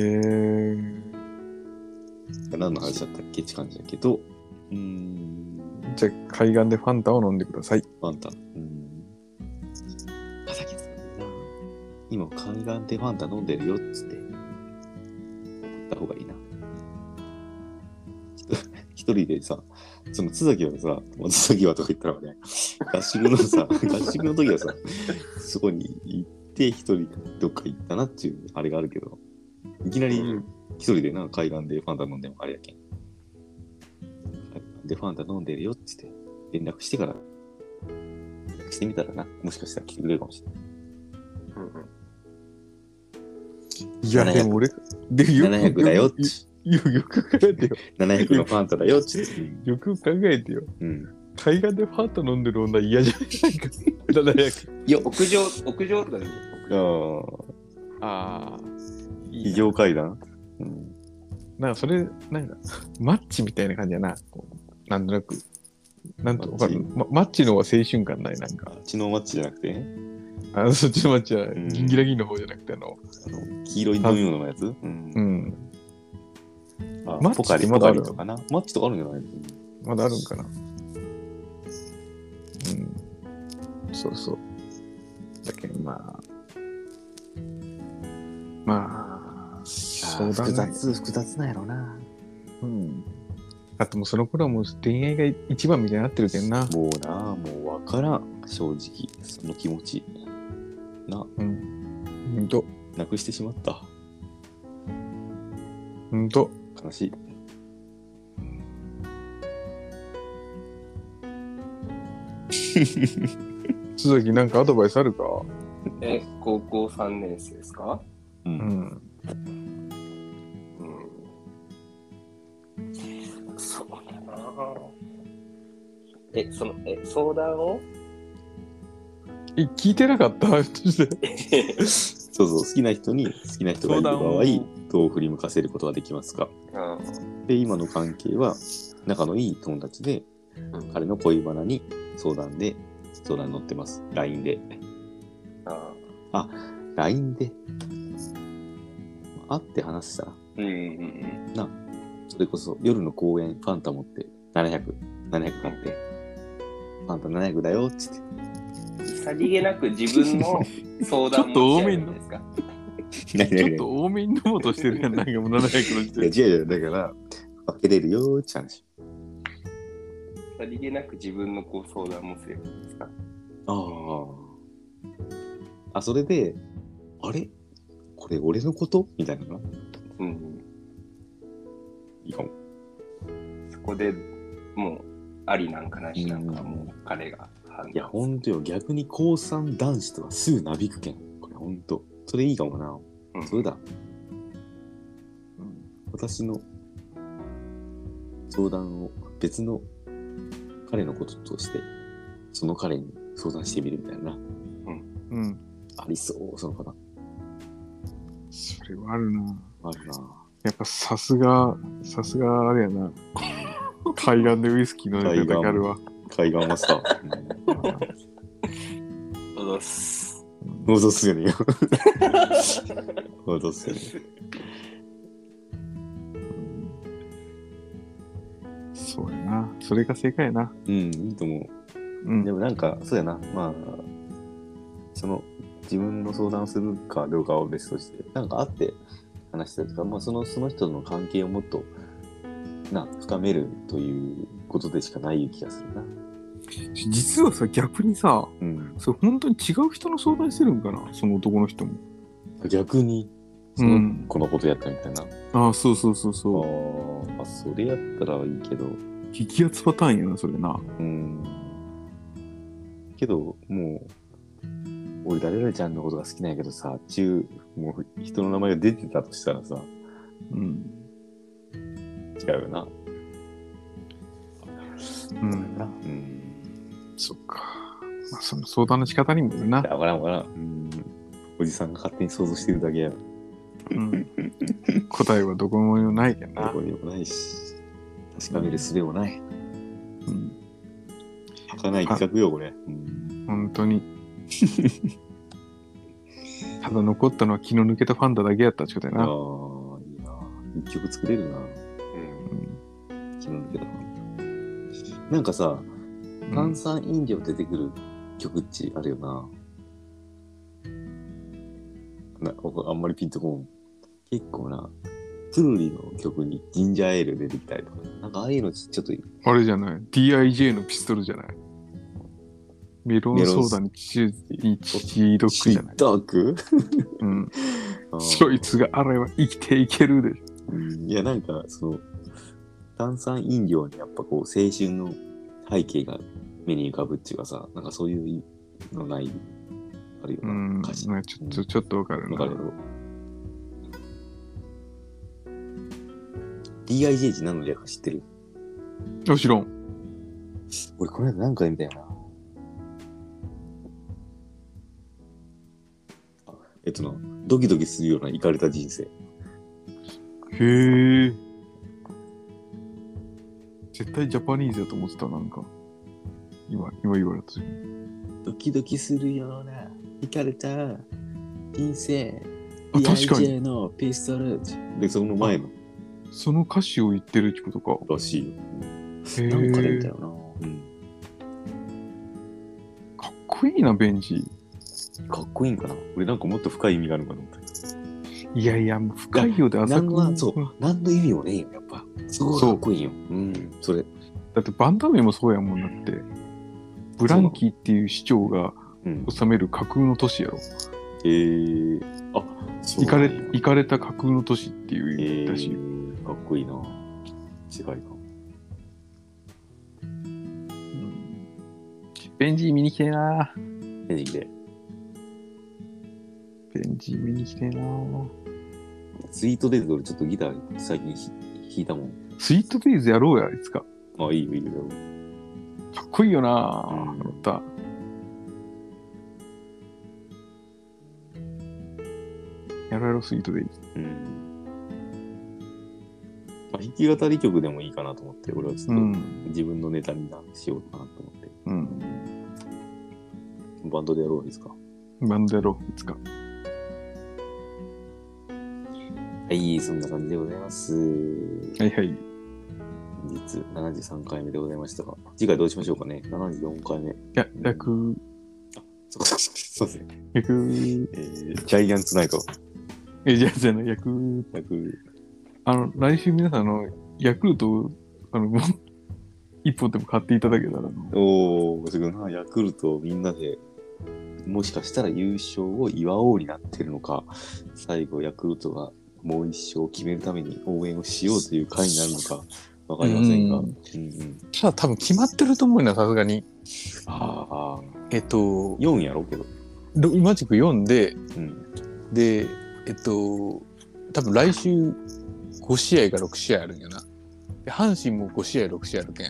何の話だったっけって感じだけど。 じゃあ、海岸でファンタを飲んでください。 ファンタ。今、海岸でファンタ飲んでるよっつって。送った方がいいな。一人でさ、その津崎はさ、津崎はとか言ったらね、合宿の時はさ、そこに行って一人どっか行ったなっていうあれがあるけど、いきなり一人でな、海岸でファンタ飲んでもあれやけん。で、ファンタ飲んでるよって言って連絡してから、してみたらな、もしかしたら来てくれるかもしれない。 いや、でも俺、 700だよって。 よく考えてよ。 700のファンタだよって。 よく考えてよ。海岸でファンタ飲んでる女嫌じゃないか。700。 いや、屋上とかでも。非常階段？ なんかそれ、なんか、マッチみたいな感じやな。なんとなく。なんとわかる？マッチの方が青春感ない、なんか。 血のマッチじゃなくて？ そっちのマッチは、ギンギラギンの方じゃなくて、 黄色い飲み物のやつ？ マッチってまだあるのかな？マッチとかあるんじゃない？ まだあるんかな？そうそう。だけどまあ、 まあ、そうだね。 複雑なんやろな。 うん。あともうその頃はもう恋愛が一番みたいになってるけんな。 もうな、もうわからん。正直、その気持ち。な。 うん。ほんと。 なくしてしまった。 ほんと。 悲しい。 須崎なんかアドバイスあるか？ 高校3年生ですか？ うん。 そうだな。相談を聞いてなかった？ そうそう、好きな人がいる場合、どう振り向かせることができますか？で、今の関係は仲のいい友達で、彼の恋バナに相談に乗ってます。LINE で。LINE で。会って話したら。それこそ夜の公園、ファンタ持って700買って、ファンタ700だよっつって。 さりげなく自分の相談もしちゃうんですか？ ちょっと多めに飲もうとしてるやん。なんかもう700の時点。 違う、だから、分けれるよーって話。 さりげなく自分の相談もすればいいですか？ それで、あれこれ俺のことみたいなの。いいかも。 そこでもう、ありなんかなしなんかもう彼が判断。 いや、ほんとよ。逆に高3男子とかすぐなびくけん。これほんと。それいいかもな。それだ。私の相談を別の彼のこととして、その彼に相談してみるみたいな。ありそう、その方。 それはあるな。 あるな。 やっぱさすがあれやな。海岸でウイスキー飲んでたかるわ。 海岸マスター。戻すよね。戻すよね。 そうやな。それが正解やな。 いいと思う。でもなんか、そうやな。まあ、自分の相談するかどうかは別として、なんか会って話したりとか、まあその人との関係をもっと深めるということでしかない気がするな。 実はさ、逆にさ、それ本当に違う人の相談してるんかな、その男の人も。 逆にその子のことやったみたいな。 そう。それやったらいいけど。 激アツパターンやな、それな。 けど、もう、俺誰々ちゃんのことが好きなんやけどさ、もう人の名前が出てたとしたらさ、違うよな。 そっか。まあ、その相談の仕方にもよるな。 わからん。おじさんが勝手に想像してるだけや。 答えはどこにもないけどな。 どこにもないし、確かめる術もない。儚い企画よ、これ。 本当に。ただ残ったのは気の抜けたファンタだけやったってことやな。 いいな。一曲作れるな。気の抜けたファンタ。なんかさ、炭酸飲料出てくる曲っちあるよな。あんまりピンとこん。結構な、トゥルリの曲にジンジャーエール出てきたりとか、なんかああいうのちょっとあれじゃない ?DIJ のピストルじゃない？メロンソーダにチードッグじゃない？ ドッグ？ そいつがあれば生きていけるでしょ。 いや、なんか、炭酸飲料にやっぱこう、青春の背景が目に浮かぶっていうかさ、なんかそういうのないあるよな、歌詞。 ちょっとわかるな。 わかるよ。DIJ って何の略か知ってる？ もちろん。 俺この間なんかで見たよな。ドキドキするようなイカれた人生。 へえ。絶対ジャパニーズだと思ってた、なんか。今言われた。 ドキドキするようなイカれた人生。 確かに。 DIJ のピストル。で、その前の。 その歌詞を言ってるってことか。 らしいよ。なんかで見たよな。 かっこいいな、ベンジ。 かっこいいんかな。俺なんかもっと深い意味があるのかと思った。 いやいや、もう深いようで浅く。 何の意味もねえよ、やっぱ。すごいかっこいいよ。うん、それ。 だってバンダムもそうやもんだって。ブランキーっていう市長が治める架空の都市やろ。 あ、そうだね。 行かれた架空の都市っていう意味だし。 かっこいいな。違いな。 ベンジー見に来てえな。 ベンジー来て。 ベンジー見に来てえな。 スイートデイズ俺ちょっとギター最近弾いたもん。 スイートデイズやろうや、いつか。 あ、いいよ、いいよ。 かっこいいよなぁ。乗った。やろスイートデイズ。 弾き語り曲でもいいかなと思って、俺はちょっと自分のネタにしようかなと思って。バンドでやろうですか。 バンドやろう、いつか。 はい、そんな感じでございます。 はいはい。 本日73回目でございましたが、次回どうしましょうかね。74回目。 いや、 そうですね。 ジャイアンツナイト。 じゃあね、来週皆さん、ヤクルト、一本でも買っていただけたら。 ヤクルトみんなで、もしかしたら優勝を祝おうになってるのか、最後ヤクルトがもう一勝決めるために応援をしようという回になるのか、わかりませんが。 ただ多分決まってると思うな、さすがに。 4やろうけど。 マジック4で、で、多分来週5試合か6試合あるんやな。で阪神も5試合6試合あるけん。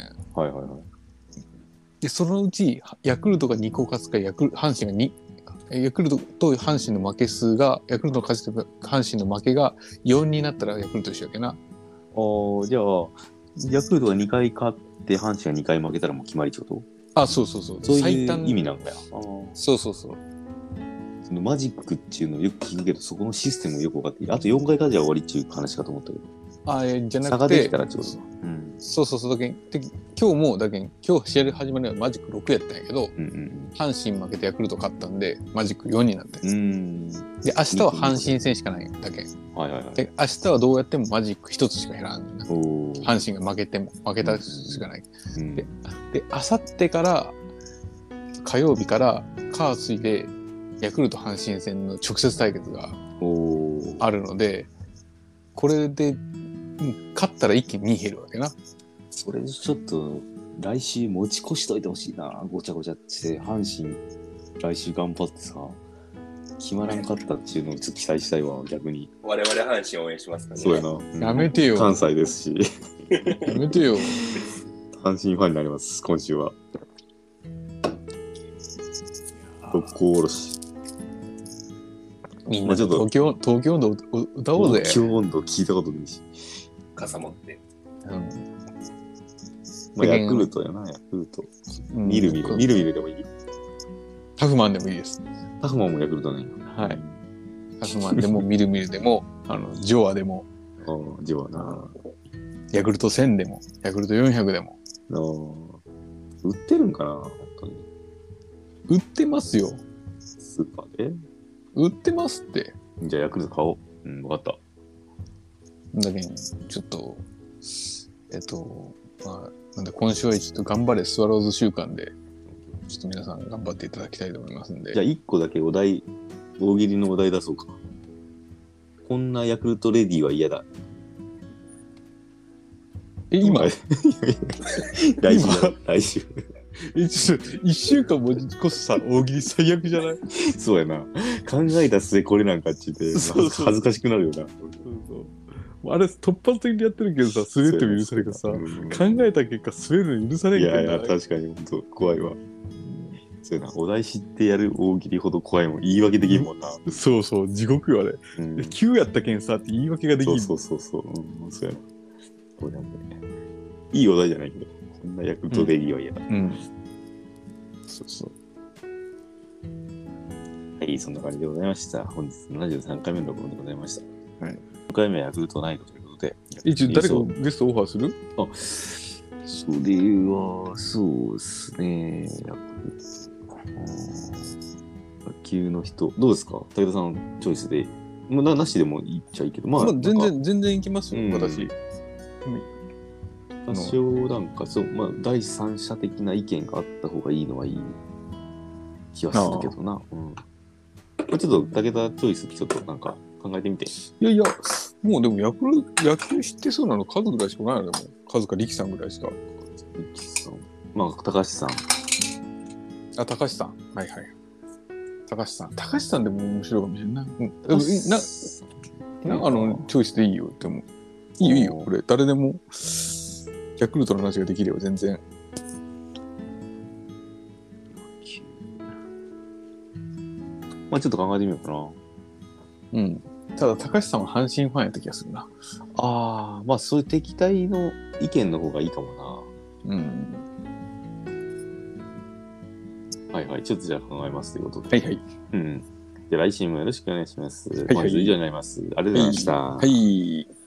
で、そのうちヤクルトが2個勝つか、阪神が2、ヤクルトと阪神の負け数が、ヤクルトの勝ちと阪神の負けが4になったらヤクルト一緒やけな。 じゃあ、ヤクルトが2回勝って阪神が2回負けたらもう決まりってこと？ そう。 そういう意味なんだよ。 そう。 そのマジックっていうのをよく聞くけど、そこのシステムをよく分かっている。あと4回勝ちは終わりっていう話かと思ったけど。 じゃなくて。 差ができたらってこと？ そう。だけ今日も、今日試合始まるのはマジック6やったんやけど、阪神負けてヤクルト勝ったんで、マジック4になってで、明日は阪神戦しかないだけ。で、明日はどうやってもマジック1つしか減らんねんな。阪神が負けたしかない。で、明後日から、火曜日から火水で、ヤクルト阪神戦の直接対決があるので、これで勝ったら一気に2減るわけな。 それちょっと来週持ち越しといてほしいな。ごちゃごちゃって阪神来週頑張ってさ、決まらんかったっていうのをちょっと期待したいわ、逆に。 我々阪神応援しますからね。 そうやな。 やめてよ。 関西ですし。 やめてよ。 阪神ファンになります、今週は。六甲おろし。 みんなちょっと東京温度歌おうぜ。 東京温度聞いたことないし。 傘持って。 ヤクルトやな、ヤクルト。みるみるでもいい？ タフマンでもいいです。 タフマンもヤクルトね。 はい。タフマンでもみるみるでも、ジョアでも。 ジョアな。 ヤクルト1000でも、ヤクルト400でも。 売ってるんかな、本当に。 売ってますよ。 スーパーで売ってますって。 じゃあヤクルト買おう。わかった。 だけど、ちょっと、なんで今週はちょっと頑張れスワローズ週間で、ちょっと皆さん頑張っていただきたいと思いますんで。 じゃあ1個だけ大喜利のお題出そうか。こんなヤクルトレディは嫌だ。 今来週。 ちょっと1週間もこそさ、大喜利最悪じゃない？ そうやな。考えた末これなんかって言って恥ずかしくなるよな。そうあれ突発的にやってるけどさ、滑っても許されるからさ、考えた結果滑るの許されんけど。 いや確かに本当怖いわ。そうやな。お題知ってやる大喜利ほど怖いもん。言い訳できんもんな。 そう地獄よあれ。9やったけんさって言い訳ができん。 そう。そうやな。これなんでね。いいお題じゃないけど。こんなヤクルトレディは嫌だ。そう。はい、そんな感じでございました。本日73回目の録音でございました。はい。5回目はヤクルトナイトということで。 一応誰かゲストオファーする？ それは、そうですね。ヤクルト。野球の人。どうですか？武田さんチョイスでなしでもいいっちゃいいけど、まあ、 全然いきますよ、私。 多少なんかそう、まあ、第三者的な意見があった方がいいのはいい気はするけどな。ちょっと武田チョイスちょっとなんか考えてみて。 いやいや、もうでも野球知ってそうなの数ぐらいしかないのでも。数か力さんぐらいしか。 力さん。まあ、高橋さん。 あ、高橋さん。はいはい。高橋さんでも面白いかもしれない。長野チョイスでいいよ。でも。いいよ。これ、誰でも、ヤクルトの話ができれば全然。 まあちょっと考えてみようかな。 うん。ただ、高橋さんは阪神ファンやった気がするな。 ああ、まあそういう敵対の意見の方がいいかもな。はいはい。ちょっとじゃあ考えますということで。 はいはい。 じゃあ来週もよろしくお願いします。本日以上になります。ありがとうございました。 はい。